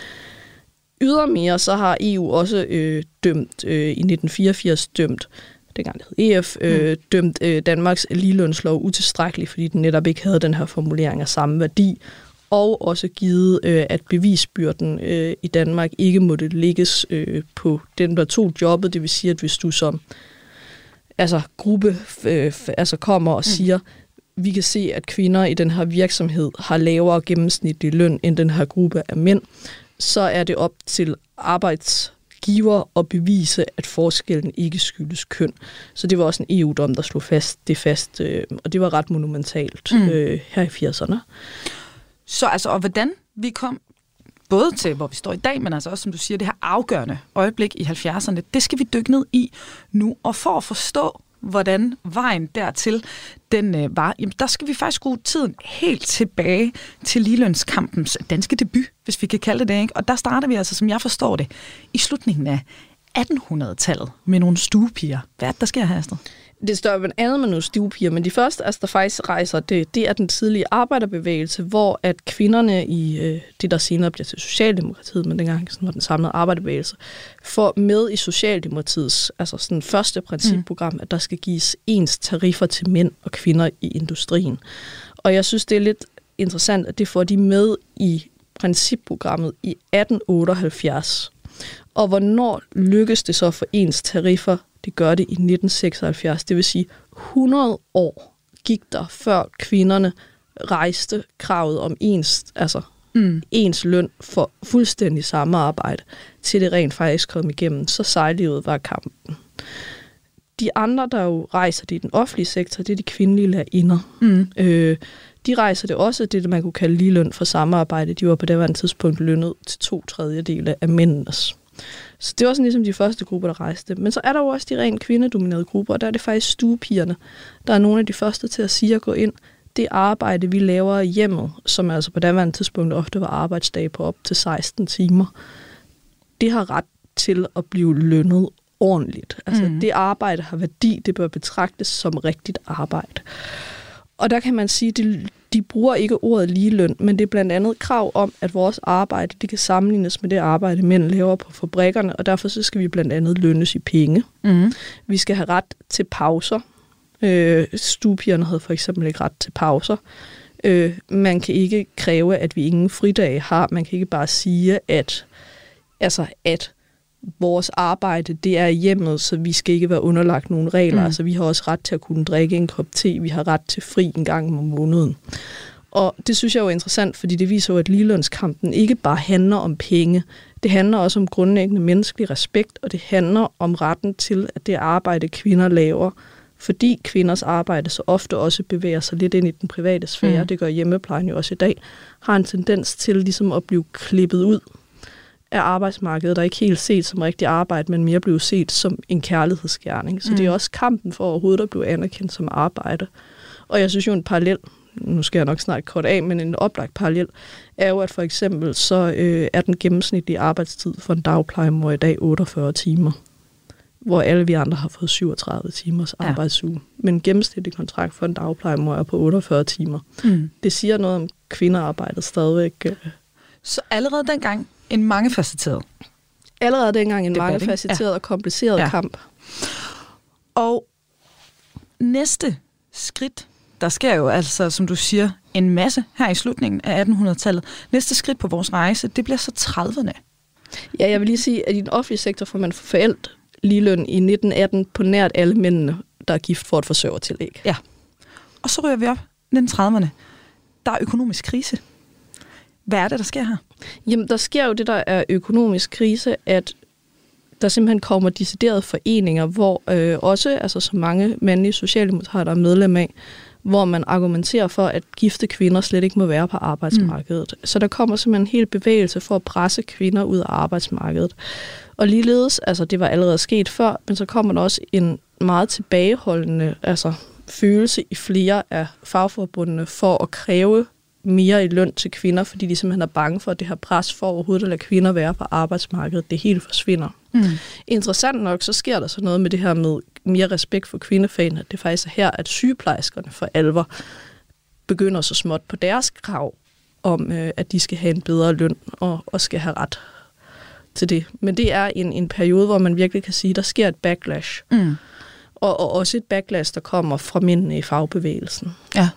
Ydermere så har E U også øh, dømt, øh, i nitten fireogfirs dømt, dengang det hed E F, øh, mm. dømt øh, Danmarks ligelønslov utilstrækkeligt, fordi den netop ikke havde den her formulering af samme værdi, og også givet, øh, at bevisbyrden øh, i Danmark ikke måtte lægges øh, på den, der tog jobbet. Det vil sige, at hvis du som altså, gruppe øh, altså kommer og siger, mm. vi kan se, at kvinder i den her virksomhed har lavere gennemsnitlig løn end den her gruppe af mænd, så er det op til arbejdsgiver at bevise, at forskellen ikke skyldes køn. Så det var også en E U-dom, der slog fast det fast, øh, og det var ret monumentalt mm. øh, her i firserne. Så altså, og hvordan vi kom både til, hvor vi står i dag, men altså også, som du siger, det her afgørende øjeblik i halvfjerdserne, det skal vi dykke ned i nu. Og for at forstå, hvordan vejen dertil den øh, var, jamen der skal vi faktisk skrue tiden helt tilbage til ligelønskampens danske debut, hvis vi kan kalde det det, ikke? Og der starter vi altså, som jeg forstår det, i slutningen af attenhundredetallet med nogle stuepiger. Hvad er det, der sker her, Astrid? Det står blandt andet med nogle stuepiger, men de første, altså, der faktisk rejser, det, det er den tidlige arbejderbevægelse, hvor at kvinderne i øh, det, der senere bliver til Socialdemokratiet, men dengang sådan var den samlede arbejderbevægelse, får med i Socialdemokratiets altså sådan første principprogram, mm. at der skal gives ens tariffer til mænd og kvinder i industrien. Og jeg synes, det er lidt interessant, at det får de med i principprogrammet i atten otteoghalvfjerds. Og hvornår lykkes det så for ens tariffer? Det gør det i nitten seksoghalvfjerds. Det vil sige, hundrede år gik der, før kvinderne rejste kravet om ens, altså mm. ens løn for fuldstændig samme arbejde, til det rent faktisk kom igennem. Så sejlivet var kampen. De andre, der jo rejser det i den offentlige sektor, det er de kvindelige lærerinder. Mm. Øh, de rejser det også, det man kunne kalde ligeløn for samarbejde. De var på det tidspunkt lønnet til to tredjedele af mændenes. Så det var sådan ligesom de første grupper, der rejste. Men så er der jo også de rent kvindedominerede grupper, og der er det faktisk stuepigerne, der er nogle af de første til at sige at gå ind. Det arbejde, vi laver i hjemmet, som altså på daværende tidspunkt ofte var arbejdsdage på op til seksten timer, det har ret til at blive lønnet ordentligt. Altså mm. det arbejde har værdi, det bør betragtes som rigtigt arbejde. Og der kan man sige, at de, de bruger ikke ordet ligeløn, men det er blandt andet krav om, at vores arbejde det kan sammenlignes med det arbejde, mænd laver på fabrikkerne, og derfor så skal vi blandt andet lønnes i penge. Mm. Vi skal have ret til pauser. Øh, stuepigerne havde for eksempel ikke ret til pauser. Øh, man kan ikke kræve, at vi ingen fridage har. Man kan ikke bare sige, at, altså, at vores arbejde, det er i hjemmet, så vi skal ikke være underlagt nogle regler. Mm. Altså, vi har også ret til at kunne drikke en kop te. Vi har ret til fri en gang om måneden. Og det synes jeg jo er interessant, fordi det viser jo, at ligelønskampen ikke bare handler om penge. Det handler også om grundlæggende menneskelig respekt, og det handler om retten til, at det arbejde, kvinder laver, fordi kvinders arbejde så ofte også bevæger sig lidt ind i den private sfære, mm. det gør hjemmeplejen jo også i dag, har en tendens til ligesom at blive klippet ud. af arbejdsmarkedet, der ikke helt set som rigtig arbejde, men mere blev set som en kærlighedsgerning. Så mm. det er også kampen for overhovedet at blive anerkendt som arbejde. Og jeg synes jo en parallel, nu skal jeg nok snart kort af, men en oplagt parallel, er jo, at for eksempel så øh, er den gennemsnitlige arbejdstid for en dagplejemor i dag otteogfyrre timer, hvor alle vi andre har fået syvogtredive timers ja. arbejdsuge. Men en gennemsnitlig kontrakt for en dagplejemor er på otteogfyrre timer. Mm. Det siger noget om kvindearbejdet stadigvæk. Øh. Så allerede dengang en mangefacetteret? Allerede dengang en mangefacetteret ja. og kompliceret ja. kamp. Og næste skridt, der sker jo altså, som du siger, en masse her i slutningen af attenhundredetallet. Næste skridt på vores rejse, det bliver så trediverne. Ja, jeg vil lige sige, at i den offentlige sektor får man forældt ligeløn i nitten atten på nært alle mændene, der er gift for et forsørgertillæg. Ja, og så ryger vi op nitten trediverne. Der er økonomisk krise. Hvad er det, der sker her? Jamen, der sker jo det, der er økonomisk krise, at der simpelthen kommer deciderede foreninger, hvor øh, også altså, så mange mandlige socialdemokrater er medlem af, hvor man argumenterer for, at gifte kvinder slet ikke må være på arbejdsmarkedet. Mm. Så der kommer simpelthen en hel bevægelse for at presse kvinder ud af arbejdsmarkedet. Og ligeledes, altså det var allerede sket før, men så kommer der også en meget tilbageholdende altså, følelse i flere af fagforbundene for at kræve mere i løn til kvinder, fordi de simpelthen er bange for, at det her pres for overhovedet at lade kvinder være på arbejdsmarkedet, det helt forsvinder. Mm. Interessant nok, så sker der så noget med det her med mere respekt for kvindefagene. Det er faktisk her, at sygeplejerskerne for alvor begynder så småt på deres krav om, øh, at de skal have en bedre løn og, og skal have ret til det. Men det er en, en periode, hvor man virkelig kan sige, at der sker et backlash. Mm. Og, og også et backlash, der kommer fra mændene i fagbevægelsen. Ja.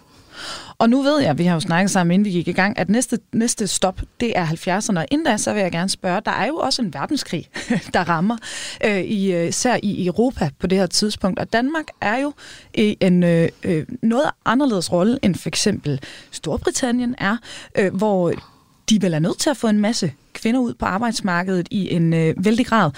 Og nu ved jeg, vi har jo snakket sammen, inden vi gik i gang, at næste, næste stop, det er halvfjerdserne. Og inden da, så vil jeg gerne spørge, der er jo også en verdenskrig, der rammer, øh, i, især i Europa på det her tidspunkt. Og Danmark er jo i en øh, noget anderledes rolle, end for eksempel Storbritannien er, øh, hvor de vel er nødt til at få en masse kvinder ud på arbejdsmarkedet i en øh, vældig grad.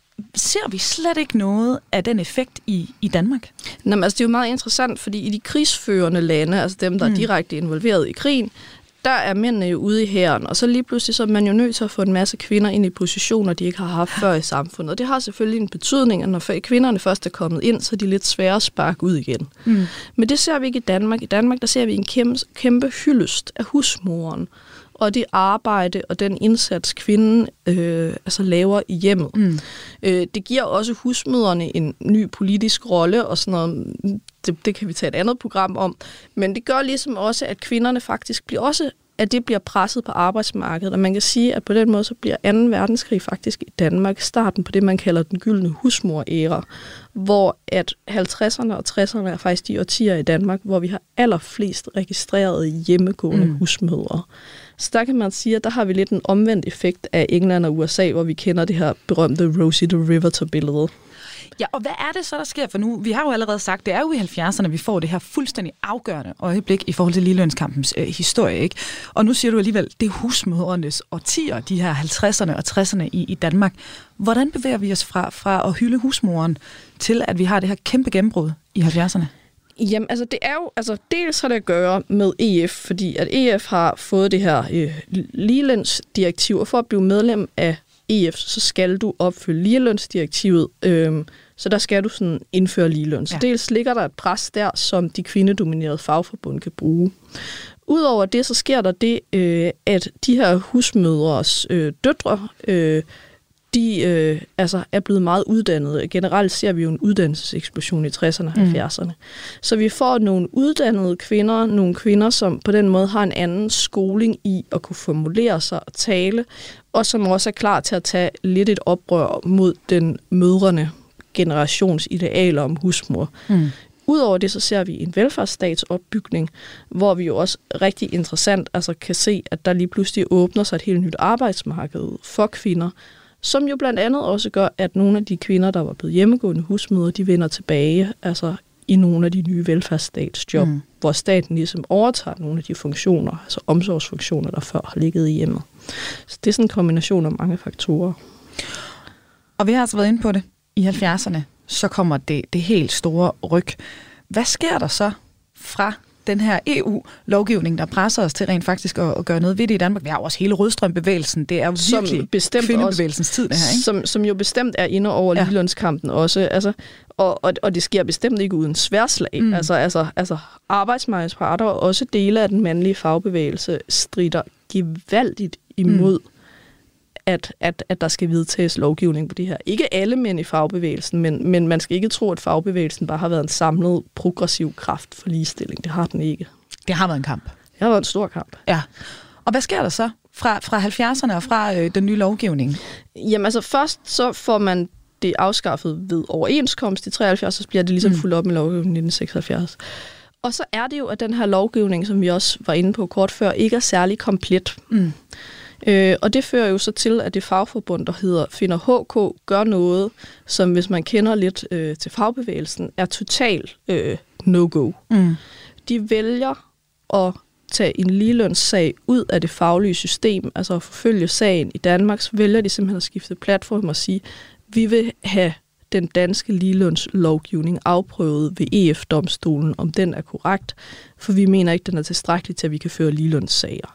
Ser vi slet ikke noget af den effekt i, i Danmark? Jamen, altså, det er jo meget interessant, fordi i de krigsførende lande, altså dem, der mm. er direkte involveret i krigen, der er mændene jo ude i hæren, og så lige pludselig så er man jo nødt til at få en masse kvinder ind i positioner, de ikke har haft før i samfundet. Og det har selvfølgelig en betydning, at når kvinderne først er kommet ind, så er de lidt svære at sparke ud igen. Mm. Men det ser vi ikke i Danmark. I Danmark, der ser vi en kæmpe, kæmpe hyldest af husmoren, og det arbejde og den indsats, kvinden øh, altså laver i hjemmet. Mm. Øh, det giver også husmødrene en ny politisk rolle, og sådan noget. Det, det kan vi tage et andet program om. Men det gør ligesom også, at kvinderne faktisk bliver også, at det bliver presset på arbejdsmarkedet. Og man kan sige, at på den måde så bliver anden verdenskrig faktisk i Danmark starten på det, man kalder den gyldne husmor-æra, hvor at halvtredserne og tresserne er faktisk de årtier i Danmark, hvor vi har allerflest registrerede hjemmegående mm. husmødre. Så der kan man sige, at der har vi lidt en omvendt effekt af England og U S A, hvor vi kender det her berømte Rosie the Riveter-billede. Ja, og hvad er det så, der sker? For nu, vi har jo allerede sagt, det er jo i halvfjerdserne, vi får det her fuldstændig afgørende øjeblik i forhold til ligelønskampens øh, historie, ikke? Og nu siger du alligevel, det er husmødrenes årtier, de her halvtredserne og tresserne i, i Danmark. Hvordan bevæger vi os fra, fra at hylde husmoren til, at vi har det her kæmpe gennembrud i halvfjerdserne? Jamen, altså det er jo, altså dels har det at gøre med E F, fordi at E F har fået det her øh, ligelønsdirektiv, og for at blive medlem af E F, så skal du opfylde ligelønsdirektivet, øh, så der skal du sådan indføre ligeløn. Så ja. Dels ligger der et pres der, som de kvindedominerede fagforbund kan bruge. Udover det, så sker der det, øh, at de her husmødres øh, døtre, øh, de øh, altså er blevet meget uddannede. Generelt ser vi jo en uddannelseseksplosion i tresserne og halvfjerdserne. Mm. Så vi får nogle uddannede kvinder, nogle kvinder, som på den måde har en anden skoling i at kunne formulere sig og tale, og som også er klar til at tage lidt et oprør mod den mødrende generations idealer om husmor. Mm. Udover det, så ser vi en velfærdsstatsopbygning, hvor vi jo også rigtig interessant altså kan se, at der lige pludselig åbner sig et helt nyt arbejdsmarked for kvinder, som jo blandt andet også gør, at nogle af de kvinder, der var blevet hjemmegående husmødre, de vender tilbage altså i nogle af de nye velfærdsstatsjob, mm. hvor staten ligesom overtager nogle af de funktioner, altså omsorgsfunktioner, der før har ligget i hjemmet. Så det er sådan en kombination af mange faktorer. Og vi har altså været inde på det. I halvfjerdserne, så kommer det, det helt store ryg. Hvad sker der så fra den her E U-lovgivning, der presser os til rent faktisk at, at gøre noget ved det i Danmark. Vi har jo også hele rødstrømbevægelsen. Det er jo virkelig kvindebevægelsens tid, det her, ikke? Som, som jo bestemt er inde over ja. ligelønskampen også. Altså, og, og, og det sker bestemt ikke uden sværslag. Mm. Altså, altså, altså arbejdsmarkedets parter og også dele af den mandlige fagbevægelse strider gevaldigt imod, mm. at, at, at der skal vedtages lovgivning på det her. Ikke alle mænd i fagbevægelsen, men, men man skal ikke tro, at fagbevægelsen bare har været en samlet progressiv kraft for ligestilling. Det har den ikke. Det har været en kamp. Det har været en stor kamp. Ja. Og hvad sker der så fra, fra halvfjerdserne og fra øh, den nye lovgivning? Jamen altså først så får man det afskaffet ved overenskomst i treoghalvfjerds, så bliver det ligesom fuldt op med lovgivningen i nitten seksoghalvfjerds. Og så er det jo, at den her lovgivning, som vi også var inde på kort før, ikke er særlig komplet. Mm. Øh, og det fører jo så til, at det fagforbund, der hedder Finder H K, gør noget, som hvis man kender lidt øh, til fagbevægelsen, er total øh, no-go. Mm. De vælger at tage en ligelønssag ud af det faglige system, altså at forfølge sagen i Danmark, så vælger de simpelthen at skifte platform og sige, vi vil have den danske ligelønslovgivning afprøvet ved E F-domstolen, om den er korrekt, for vi mener ikke, den er tilstrækkelig til, at vi kan føre ligelønssager.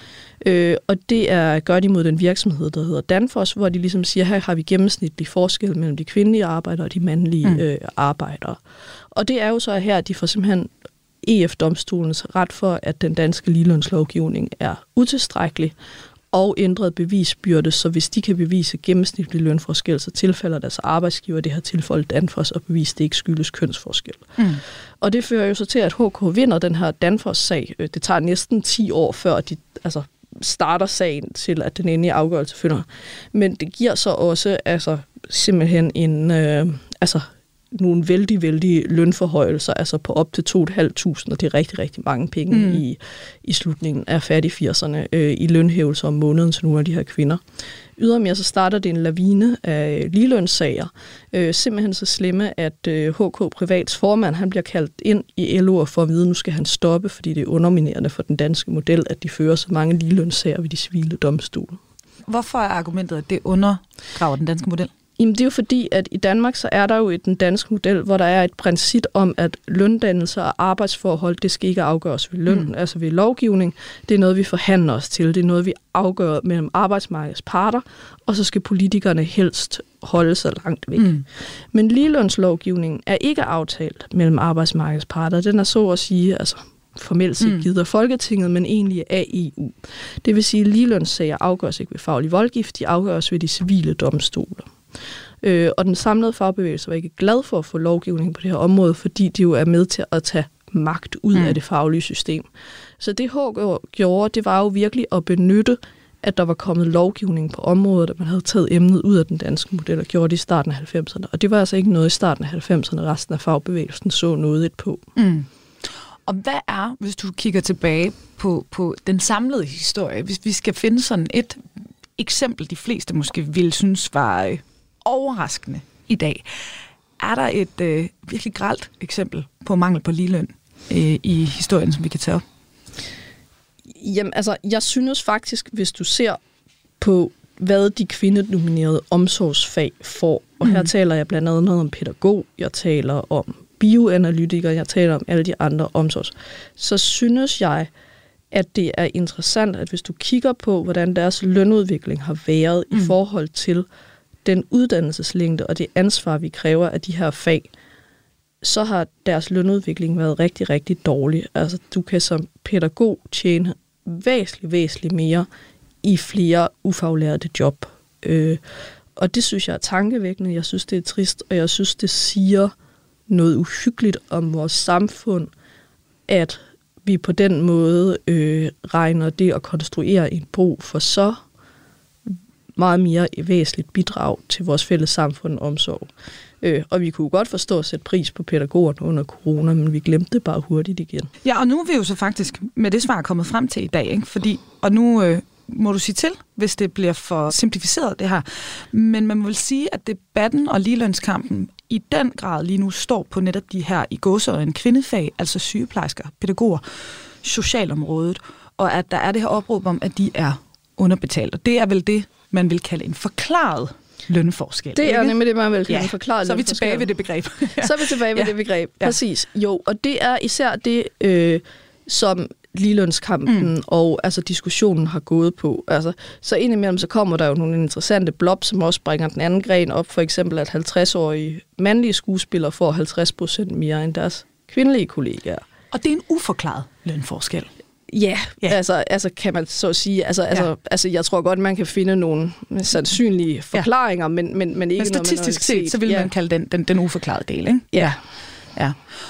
Øh, og det er gør de mod den virksomhed, der hedder Danfoss, hvor de ligesom siger, her har vi gennemsnitlig forskel mellem de kvindelige arbejdere og de mandlige mm. øh, arbejdere. Og det er jo så her, at de får simpelthen E F-domstolens ret for, at den danske ligelønslovgivning er utilstrækkelig, og ændret bevisbyrde, så hvis de kan bevise gennemsnitlig lønforskel, så tilfælder deres arbejdsgiver det her tilfælde Danfoss og bevise, det ikke skyldes kønsforskel. Mm. Og det fører jo så til, at H K vinder den her Danfoss-sag. Det tager næsten ti år, før de altså, starter sagen til, at den endelige afgørelse finder. Men det giver så også altså, simpelthen en... Øh, altså, nogle vældig, vældig lønforhøjelser, altså på op til to tusind fem hundrede, og det er rigtig, rigtig mange penge mm. i, i slutningen af fattig firserne øh, i lønhævelser om måneden til nogle af de her kvinder. Ydermere så starter det en lavine af ligelønssager, øh, simpelthen så slemme, at øh, H K Privats formand, han bliver kaldt ind i L O for at vide, at nu skal han stoppe, fordi det er underminerende for den danske model, at de fører så mange ligelønssager ved de civile domstole. Hvorfor er argumentet, at det undergraver den danske model? Jamen, det er jo fordi, at i Danmark så er der jo i den danske model, hvor der er et princip om, at løndannelse og arbejdsforhold, det skal ikke afgøres ved løn, mm. altså ved lovgivning. Det er noget, vi forhandler os til. Det er noget, vi afgør mellem arbejdsmarkedets parter, og så skal politikerne helst holde sig langt væk. Mm. Men ligelønslovgivningen er ikke aftalt mellem arbejdsmarkedets parter. Den er så at sige, altså formelt set givet af Folketinget, men egentlig af E U. Det vil sige, at ligelønssager afgøres ikke ved faglig voldgift, de afgøres ved de civile domstole. Øh, og den samlede fagbevægelse var ikke glad for at få lovgivning på det her område, fordi de jo er med til at tage magt ud mm. af det faglige system. Så det H K gjorde, det var jo virkelig at benytte, at der var kommet lovgivning på området, at man havde taget emnet ud af den danske model og gjorde det i starten af halvfemserne. Og det var altså ikke noget i starten af halvfemserne, resten af fagbevægelsen så noget et på. Mm. Og hvad er, hvis du kigger tilbage på, på den samlede historie, hvis vi skal finde sådan et eksempel, de fleste måske ville synes var overraskende i dag. Er der et øh, virkelig grelt eksempel på mangel på ligeløn øh, i historien, som vi kan tage op? Jamen, altså, jeg synes faktisk, hvis du ser på, hvad de kvindedominerede omsorgsfag får, og mm. her taler jeg blandt andet noget om pædagog, jeg taler om bioanalytiker, jeg taler om alle de andre omsorgs, så synes jeg, at det er interessant, at hvis du kigger på, hvordan deres lønudvikling har været mm. i forhold til den uddannelseslængde og det ansvar, vi kræver af de her fag, så har deres lønudvikling været rigtig, rigtig dårlig. Altså, du kan som pædagog tjene væsentligt, væsentligt mere i flere ufaglærte job. Øh, og det synes jeg er tankevækkende. Jeg synes, det er trist, og jeg synes, det siger noget uhyggeligt om vores samfund, at vi på den måde øh, regner det at konstruere en brug for så meget mere væsentligt bidrag til vores fælles samfund og omsorg. Øh, og vi kunne godt forstå at sætte pris på pædagogerne under corona, men vi glemte det bare hurtigt igen. Ja, og nu er vi jo så faktisk med det svar kommet frem til i dag, ikke? Fordi, og nu øh, må du sige til, hvis det bliver for simplificeret det her, men man vil sige, at debatten og ligelønskampen i den grad lige nu står på netop de her i gåseøjne kvindefag, altså sygeplejersker, pædagoger, socialområdet, og at der er det her opråb om, at de er underbetalt. Og det er vel det, man vil kalde en forklaret lønforskel. Det er ikke? Nemlig det, man vil kalde ja. en forklaret Så er vi tilbage ved det begreb. Så er vi tilbage ved ja. det begreb, ja. Præcis. Jo, og det er især det, øh, som ligelønskampen mm. og altså diskussionen har gået på. Altså, så indimellem så kommer der jo nogle interessante blob, som også bringer den anden gren op. For eksempel, at halvtreds-årige mandlige skuespillere får halvtreds procent mere end deres kvindelige kollegaer. Og det er en uforklaret lønforskel. Ja, ja. Altså, altså kan man så sige. Altså, ja. altså, altså, jeg tror godt, man kan finde nogle sandsynlige forklaringer, ja. men, men, men ikke men statistisk noget, set, set, så vil ja. man kalde den, den, den uforklarede del, ikke? Ja. ja.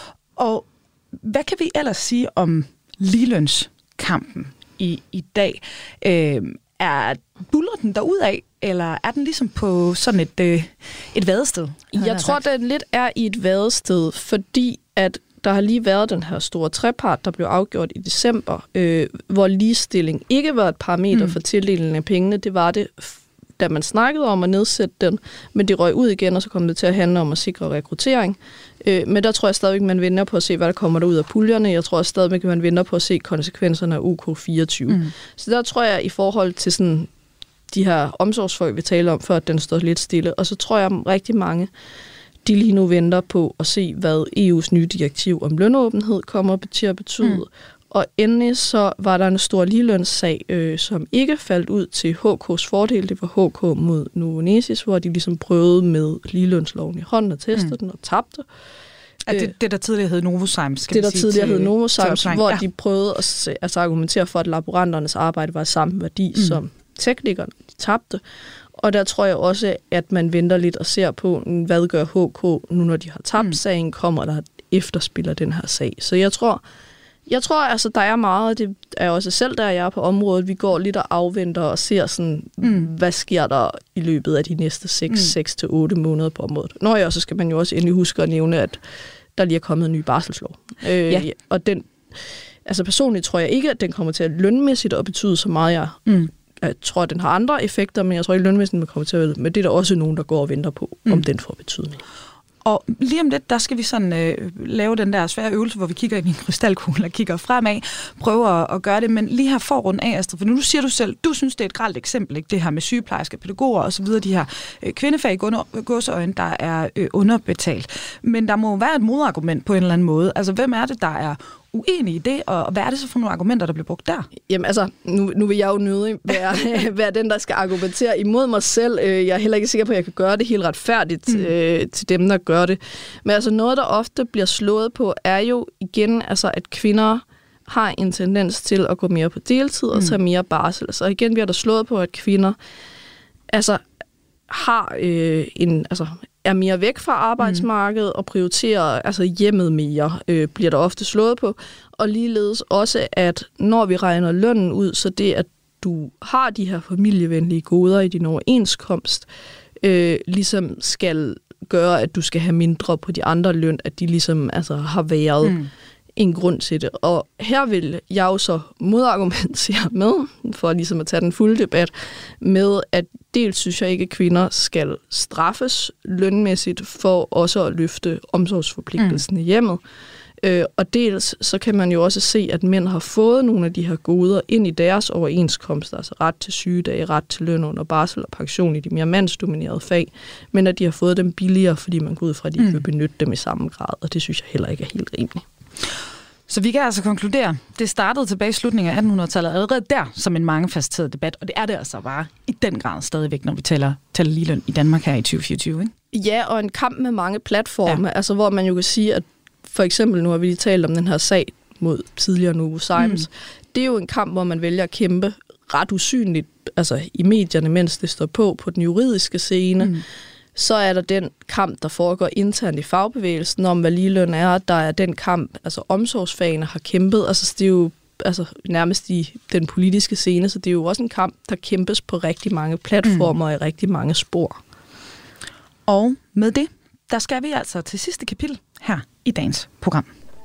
Og hvad kan vi ellers sige om ligelønskampen i, i dag? Øh, er buller den derudad, eller er den ligesom på sådan et, øh, et vadested? Jeg tror, den lidt er i et vadested, fordi at der har lige været den her store trepart, der blev afgjort i december, øh, hvor ligestilling ikke var et parameter mm. for tildelingen af pengene. Det var det, da man snakkede om at nedsætte den, men det røg ud igen, og så kom det til at handle om at sikre rekruttering. Øh, men der tror jeg stadigvæk, man venter på at se, hvad der kommer der ud af puljerne. Jeg tror stadigvæk, man venter på at se konsekvenserne af U K fireogtyve. Mm. Så der tror jeg, i forhold til sådan de her omsorgsfolk, vi taler om, før den står lidt stille, og så tror jeg, at rigtig mange de lige nu venter på at se, hvad E U's nye direktiv om lønåbenhed kommer til at betyde. Mm. Og endelig så var der en stor ligelønssag, øh, som ikke faldt ud til H K's fordel. Det var H K mod Novo Nordisk, hvor de ligesom prøvede med ligelønsloven i hånden og testede mm. den og tabte. Er det, det, der tidligere hed Novozymes, skal Det, der sige, tidligere hed Novozymes, hvor ja. de prøvede at altså, argumentere for, at laboranternes arbejde var samme værdi mm. som teknikerne. De tabte. Og der tror jeg også, at man venter lidt og ser på, hvad gør H K nu, når de har tabt mm. sagen, kommer der efterspiller den her sag. Så jeg tror, jeg tror altså, der er meget, det er også selv, der jeg er på området, vi går lidt og afventer og ser sådan, mm. hvad sker der i løbet af de næste seks til otte måneder på området. Nå ja, så skal man jo også endelig huske at nævne, at der lige er kommet en ny barselslov. Øh, ja. Og den, altså personligt tror jeg ikke, at den kommer til at lønmæssigt at betyde så meget, jeg mm. Jeg tror, at den har andre effekter, men jeg tror ikke, lønmæssigt vil komme til at. Men det er der også nogen, der går og venter på, mm. om den får betydning. Og lige om lidt, der skal vi sådan øh, lave den der svære øvelse, hvor vi kigger i min krystalkugle og kigger fremad, prøver at, at gøre det. Men lige her forrund af, Astrid, for nu siger du selv, du synes, det er et grelt eksempel, ikke? Det her med sygeplejersker, pædagoger og så videre, de her øh, kvindefag i gåseøjne, der er øh, underbetalt. Men der må være et modargument på en eller anden måde. Altså, hvem er det, der er uenig i det, og hvad er det så for nogle argumenter, der bliver brugt der? Jamen altså, nu, nu vil jeg jo nødig være, være den, der skal argumentere imod mig selv. Jeg er heller ikke sikker på, at jeg kan gøre det helt retfærdigt mm. øh, til dem, der gør det. Men altså noget, der ofte bliver slået på, er jo igen, altså, at kvinder har en tendens til at gå mere på deltid og tage mere barsel. Så igen bliver der slået på, at kvinder altså, har øh, en... Altså, er mere væk fra arbejdsmarkedet og prioriterer altså hjemmet mere, øh, bliver der ofte slået på. Og ligeledes også, at når vi regner lønnen ud, så det, at du har de her familievenlige goder i din overenskomst, øh, ligesom skal gøre, at du skal have mindre på de andre løn, at de ligesom altså, har været mm. en grund til det. Og her vil jeg jo så modargumentere med, for ligesom at tage den fulde debat, med at dels synes jeg ikke, at kvinder skal straffes lønmæssigt for også at løfte omsorgsforpligtelsen mm. i hjemmet. Øh, og dels så kan man jo også se, at mænd har fået nogle af de her goder ind i deres overenskomster, altså ret til sygedage, ret til løn under barsel og pension i de mere mandsdominerede fag, men at de har fået dem billigere, fordi man går ud fra, at de mm. vil benytte dem i samme grad, og det synes jeg heller ikke er helt rimeligt. Så vi kan altså konkludere, det startede tilbage i slutningen af attenhundredetallet, allerede der som en mangefacetteret debat, og det er det altså bare i den grad stadigvæk, når vi taler, taler ligeløn i Danmark her i tyve fireogtyve, ikke? Ja, og en kamp med mange platforme, ja. Altså hvor man jo kan sige, at for eksempel nu har vi lige talt om den her sag mod tidligere Novozymes. Mm. Det er jo en kamp, hvor man vælger at kæmpe ret usynligt, altså i medierne, mens det står på, på den juridiske scene. Mm. Så er der den kamp, der foregår internt i fagbevægelsen om, hvad ligeløn er. Der er den kamp, altså omsorgsfagene har kæmpet. Altså det er jo altså, nærmest i den politiske scene, så det er jo også en kamp, der kæmpes på rigtig mange platformer mm. og i rigtig mange spor. Og med det, der skal vi altså til sidste kapitel her i dagens program.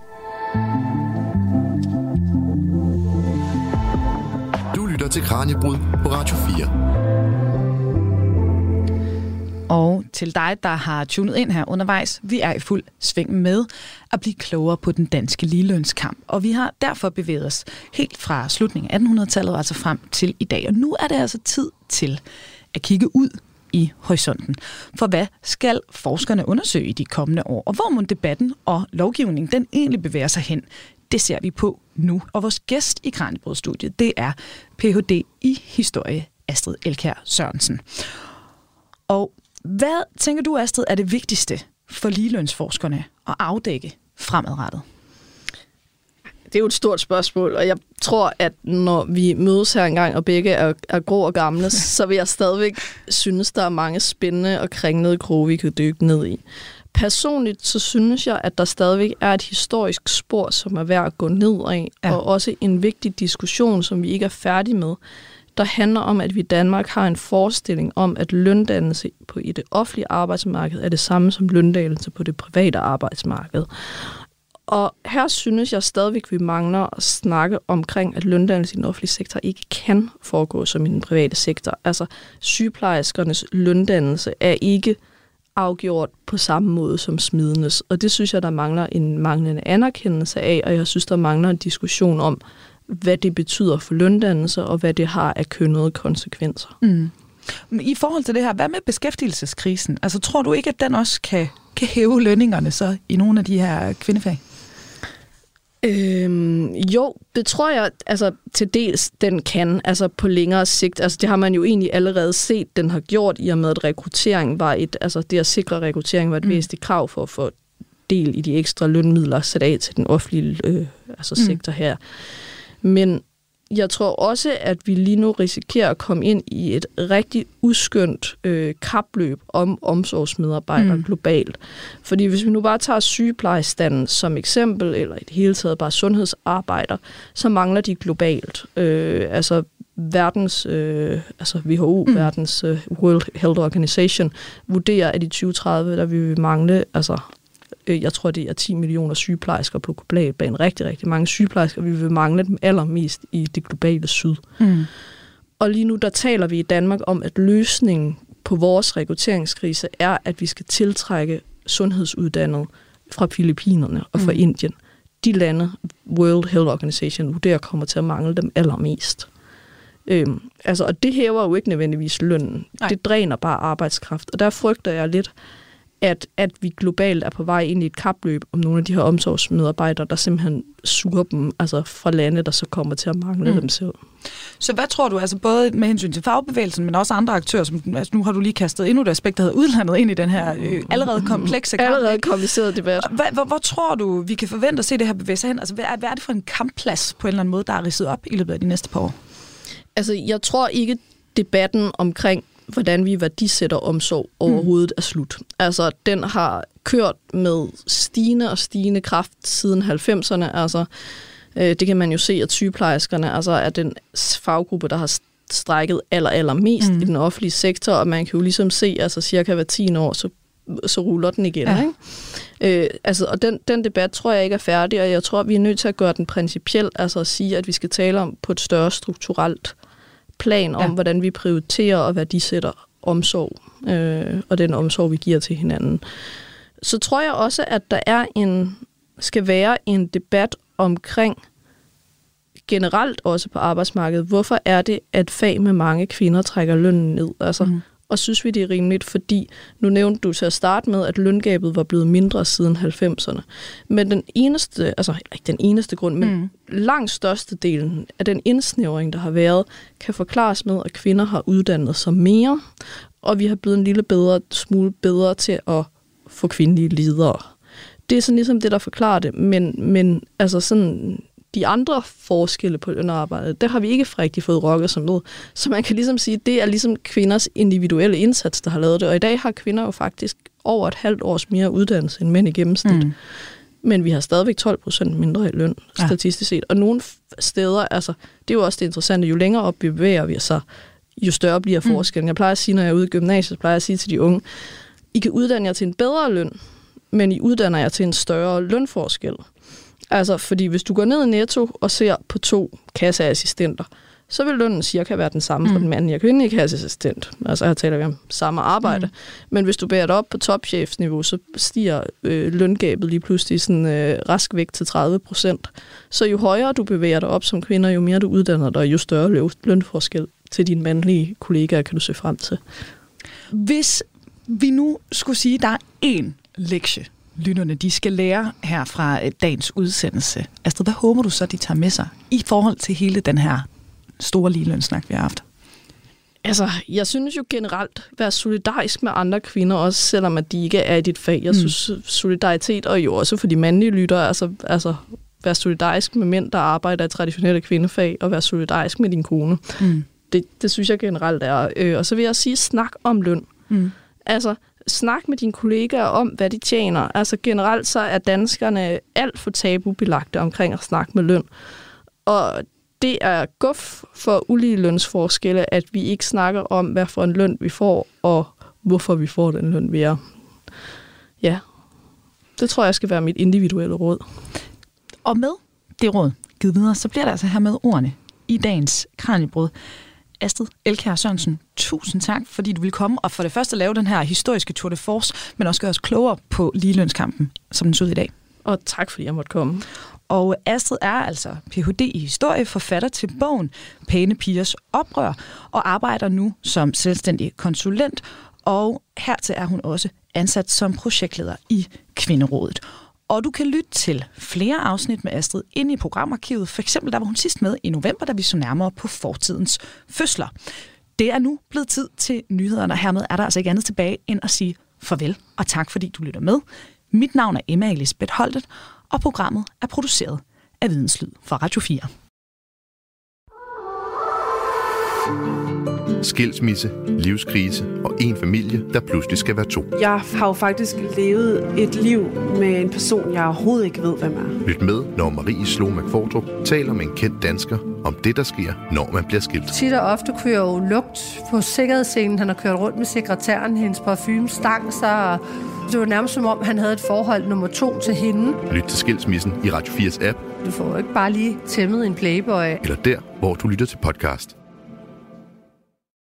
Du lytter til Kraniebrud på Radio fire. Og til dig, der har tunet ind her undervejs, vi er i fuld sving med at blive klogere på den danske ligelønskamp. Og vi har derfor bevæget os helt fra slutningen af attenhundredetallet, altså frem til i dag. Og nu er det altså tid til at kigge ud i horisonten. For hvad skal forskerne undersøge i de kommende år? Og hvor må debatten og lovgivningen den egentlig bevæger sig hen Det ser vi på nu. Og vores gæst i Kraniebrudstudiet, det er P H D i historie, Astrid Elkjær Sørensen. Og hvad tænker du, Astrid, er det vigtigste for ligelønsforskerne at afdække fremadrettet? Det er jo et stort spørgsmål, og jeg tror, at når vi mødes her engang, og begge er, er grå og gamle, så vil jeg stadigvæk synes, der er mange spændende og kringlede kroge, vi kan dykke ned i. Personligt så synes jeg, at der stadigvæk er et historisk spor, som er værd at gå ned af, ja. Og også en vigtig diskussion, som vi ikke er færdige med, der handler om, at vi i Danmark har en forestilling om, at løndannelse på i det offentlige arbejdsmarked er det samme som løndannelse på det private arbejdsmarked. Og her synes jeg stadigvæk, vi mangler at snakke omkring, at løndannelse i den offentlige sektor ikke kan foregå som i den private sektor. Altså sygeplejerskernes løndannelse er ikke afgjort på samme måde som smidenes. Og det synes jeg, der mangler en manglende anerkendelse af, og jeg synes, der mangler en diskussion om, hvad det betyder for løndannelse, og hvad det har af kønnede konsekvenser. Mm. I forhold til det her, hvad med beskæftigelseskrisen? Altså, tror du ikke, at den også kan, kan hæve lønningerne så i nogle af de her kvindefag? Øhm, jo, det tror jeg altså til dels, den kan, altså på længere sigt. Altså det har man jo egentlig allerede set, den har gjort, i og med at rekruttering var et, altså det at sikre rekruttering var et mm. væsentligt krav for at få del i de ekstra lønmidler sat af til den offentlige øh, altså mm. sektor her. Men jeg tror også, at vi lige nu risikerer at komme ind i et rigtig uskyndt øh, kapløb om omsorgsmedarbejdere mm. globalt. Fordi hvis vi nu bare tager sygeplejestanden som eksempel, eller i det hele taget bare sundhedsarbejder, så mangler de globalt. Øh, altså verdens, øh, altså W H O, mm. verdens øh, World Health Organization, vurderer, at i tyve tredive, der vil vi mangle, altså jeg tror, det er ti millioner sygeplejersker på global bane. Rigtig, rigtig mange sygeplejersker. Vi vil mangle dem allermest i det globale syd. Mm. Og lige nu, der taler vi i Danmark om, at løsningen på vores rekrutteringskrise er, at vi skal tiltrække sundhedsuddannede fra Filippinerne og fra mm. Indien. De lande, World Health Organization, vurderer kommer til at mangle dem allermest. Øhm, altså, og det hæver jo ikke nødvendigvis lønnen. Nej. Det dræner bare arbejdskraft. Og der frygter jeg lidt, At, at vi globalt er på vej ind i et kapløb om nogle af de her omsorgsmedarbejdere, der simpelthen suger dem altså fra lande, der så kommer til at mangle mm. dem selv. Så hvad tror du, altså både med hensyn til fagbevægelsen, men også andre aktører, som altså nu har du lige kastet endnu et aspekt, der hedder udlandet, ind i den her øh, allerede komplekse kamp. Allerede kompliceret debat. Hvor, hvor, hvor tror du, vi kan forvente at se det her bevæge sig hen? Altså hvad er, hvad er det for en kampplads på en eller anden måde, der er ridset op i løbet af de næste par år? Altså jeg tror ikke, debatten omkring hvordan vi værdisætter omsorg overhovedet er slut. Altså, den har kørt med stigende og stigende kraft siden halvfemserne. Altså, øh, det kan man jo se, at sygeplejerskerne altså, er den faggruppe, der har strækket aller, aller mest mm. i den offentlige sektor, og man kan jo ligesom se, altså cirka hver tiende år, så, så ruller den igen. Ja. Ikke? Øh, altså, og den, den debat tror jeg ikke er færdig, og jeg tror, vi er nødt til at gøre den principiel, altså at sige, at vi skal tale om på et større strukturelt plan om, ja. hvordan vi prioriterer og værdisætter omsorg, øh, og den omsorg, vi giver til hinanden. Så tror jeg også, at der er en, skal være en debat omkring, generelt også på arbejdsmarkedet, hvorfor er det, at fag med mange kvinder trækker lønnen ned? Altså, mm. Og synes vi, det er rimeligt, fordi nu nævnte du til at starte med, at løngabet var blevet mindre siden halvfemserne. Men den eneste, altså ikke den eneste grund, men mm. langt største delen af den indsnævring, der har været, kan forklares med, at kvinder har uddannet sig mere, og vi har blevet en lille bedre, smule bedre til at få kvindelige ledere. Det er sådan ligesom det, der forklarer det, men, men altså sådan de andre forskelle på lønarbejdet, der har vi ikke rigtig fået rokket som noget. Så man kan ligesom sige, at det er ligesom kvinders individuelle indsats, der har lavet det. Og i dag har kvinder jo faktisk over et halvt års mere uddannelse end mænd i gennemsnit. Mm. Men vi har stadigvæk tolv procent mindre i løn, statistisk set. Og nogle steder, altså, det er jo også det interessante, jo længere op vi bevæger vi så, jo større bliver forskellen. Mm. Jeg plejer at sige, når jeg er ude i gymnasiet, plejer jeg at sige til de unge, I kan uddanne jer til en bedre løn, men I uddanner jer til en større lønforskel. Altså, fordi hvis du går ned i Netto og ser på to kasseassistenter, så vil lønnen cirka være den samme mm. for den mandlige og kvindelige kasseassistent. Altså, her taler vi om samme arbejde. Mm. Men hvis du bærer det op på topchefsniveau, så stiger øh, løngabet lige pludselig sådan øh, rask væk til tredive procent. Så jo højere du bevæger dig op som kvinder, jo mere du uddanner dig, jo større lønforskel til dine mandlige kollegaer kan du se frem til. Hvis vi nu skulle sige, at der er én lektie, lytterne de skal lære her fra dagens udsendelse? Astrid, hvad håber du så, de tager med sig i forhold til hele den her store ligelønssnak, vi har haft? Altså, jeg synes jo generelt, at være solidarisk med andre kvinder, også selvom at de ikke er i dit fag. Jeg synes, mm. solidaritet, og jo også for de mandlige lyttere, altså, altså være solidarisk med mænd, der arbejder i traditionelle kvindefag, og være solidarisk med din kone. Mm. Det, det synes jeg generelt er. Øh, og så vil jeg sige, snak om løn. Mm. Altså, snak med dine kollegaer om, hvad de tjener. Altså, generelt så er danskerne alt for tabubelagte omkring at snakke med løn. Og det er guf for ulige lønsforskelle, at vi ikke snakker om, hvad for en løn vi får, og hvorfor vi får den løn, vi er. Ja, det tror jeg skal være mit individuelle råd. Og med det råd givet videre, så bliver det altså her med ordene i dagens Kraniebrud. Astrid Elkjær Sørensen, tusind tak, fordi du ville komme og for det første lave den her historiske tour de force, men også gøre os klogere på ligelønskampen, som den ser ud i dag. Og tak, fordi jeg måtte komme. Og Astrid er altså P H D i historie, forfatter til bogen Pæne pigers oprør, og arbejder nu som selvstændig konsulent, og hertil er hun også ansat som projektleder i Kvinderådet. Og du kan lytte til flere afsnit med Astrid inde i programarkivet, for eksempel der var hun sidst med i november, da vi så nærmere på fortidens fødsler. Det er nu blevet tid til nyhederne, og hermed er der altså ikke andet tilbage end at sige farvel, og tak fordi du lytter med. Mit navn er Emma Elisabeth Holtet, og programmet er produceret af Videnslyd for Radio fire. Skilsmisse, livskrise og en familie, der pludselig skal være to. Jeg har jo faktisk levet et liv med en person, jeg overhovedet ikke ved, hvem er. Lyt med, når Marie Slog McFordrup taler med en kendt dansker om det, der sker, når man bliver skilt. Tit og ofte kunne jeg jo lugt på sikkerhedsscenen. Han har kørt rundt med sekretæren, hendes parfume stang sig. Det var nærmest som om, han havde et forhold nummer to til hende. Lyt til Skilsmissen i Radio fires app. Du får jo ikke bare lige tæmmet en playboy. Eller der, hvor du lytter til podcast.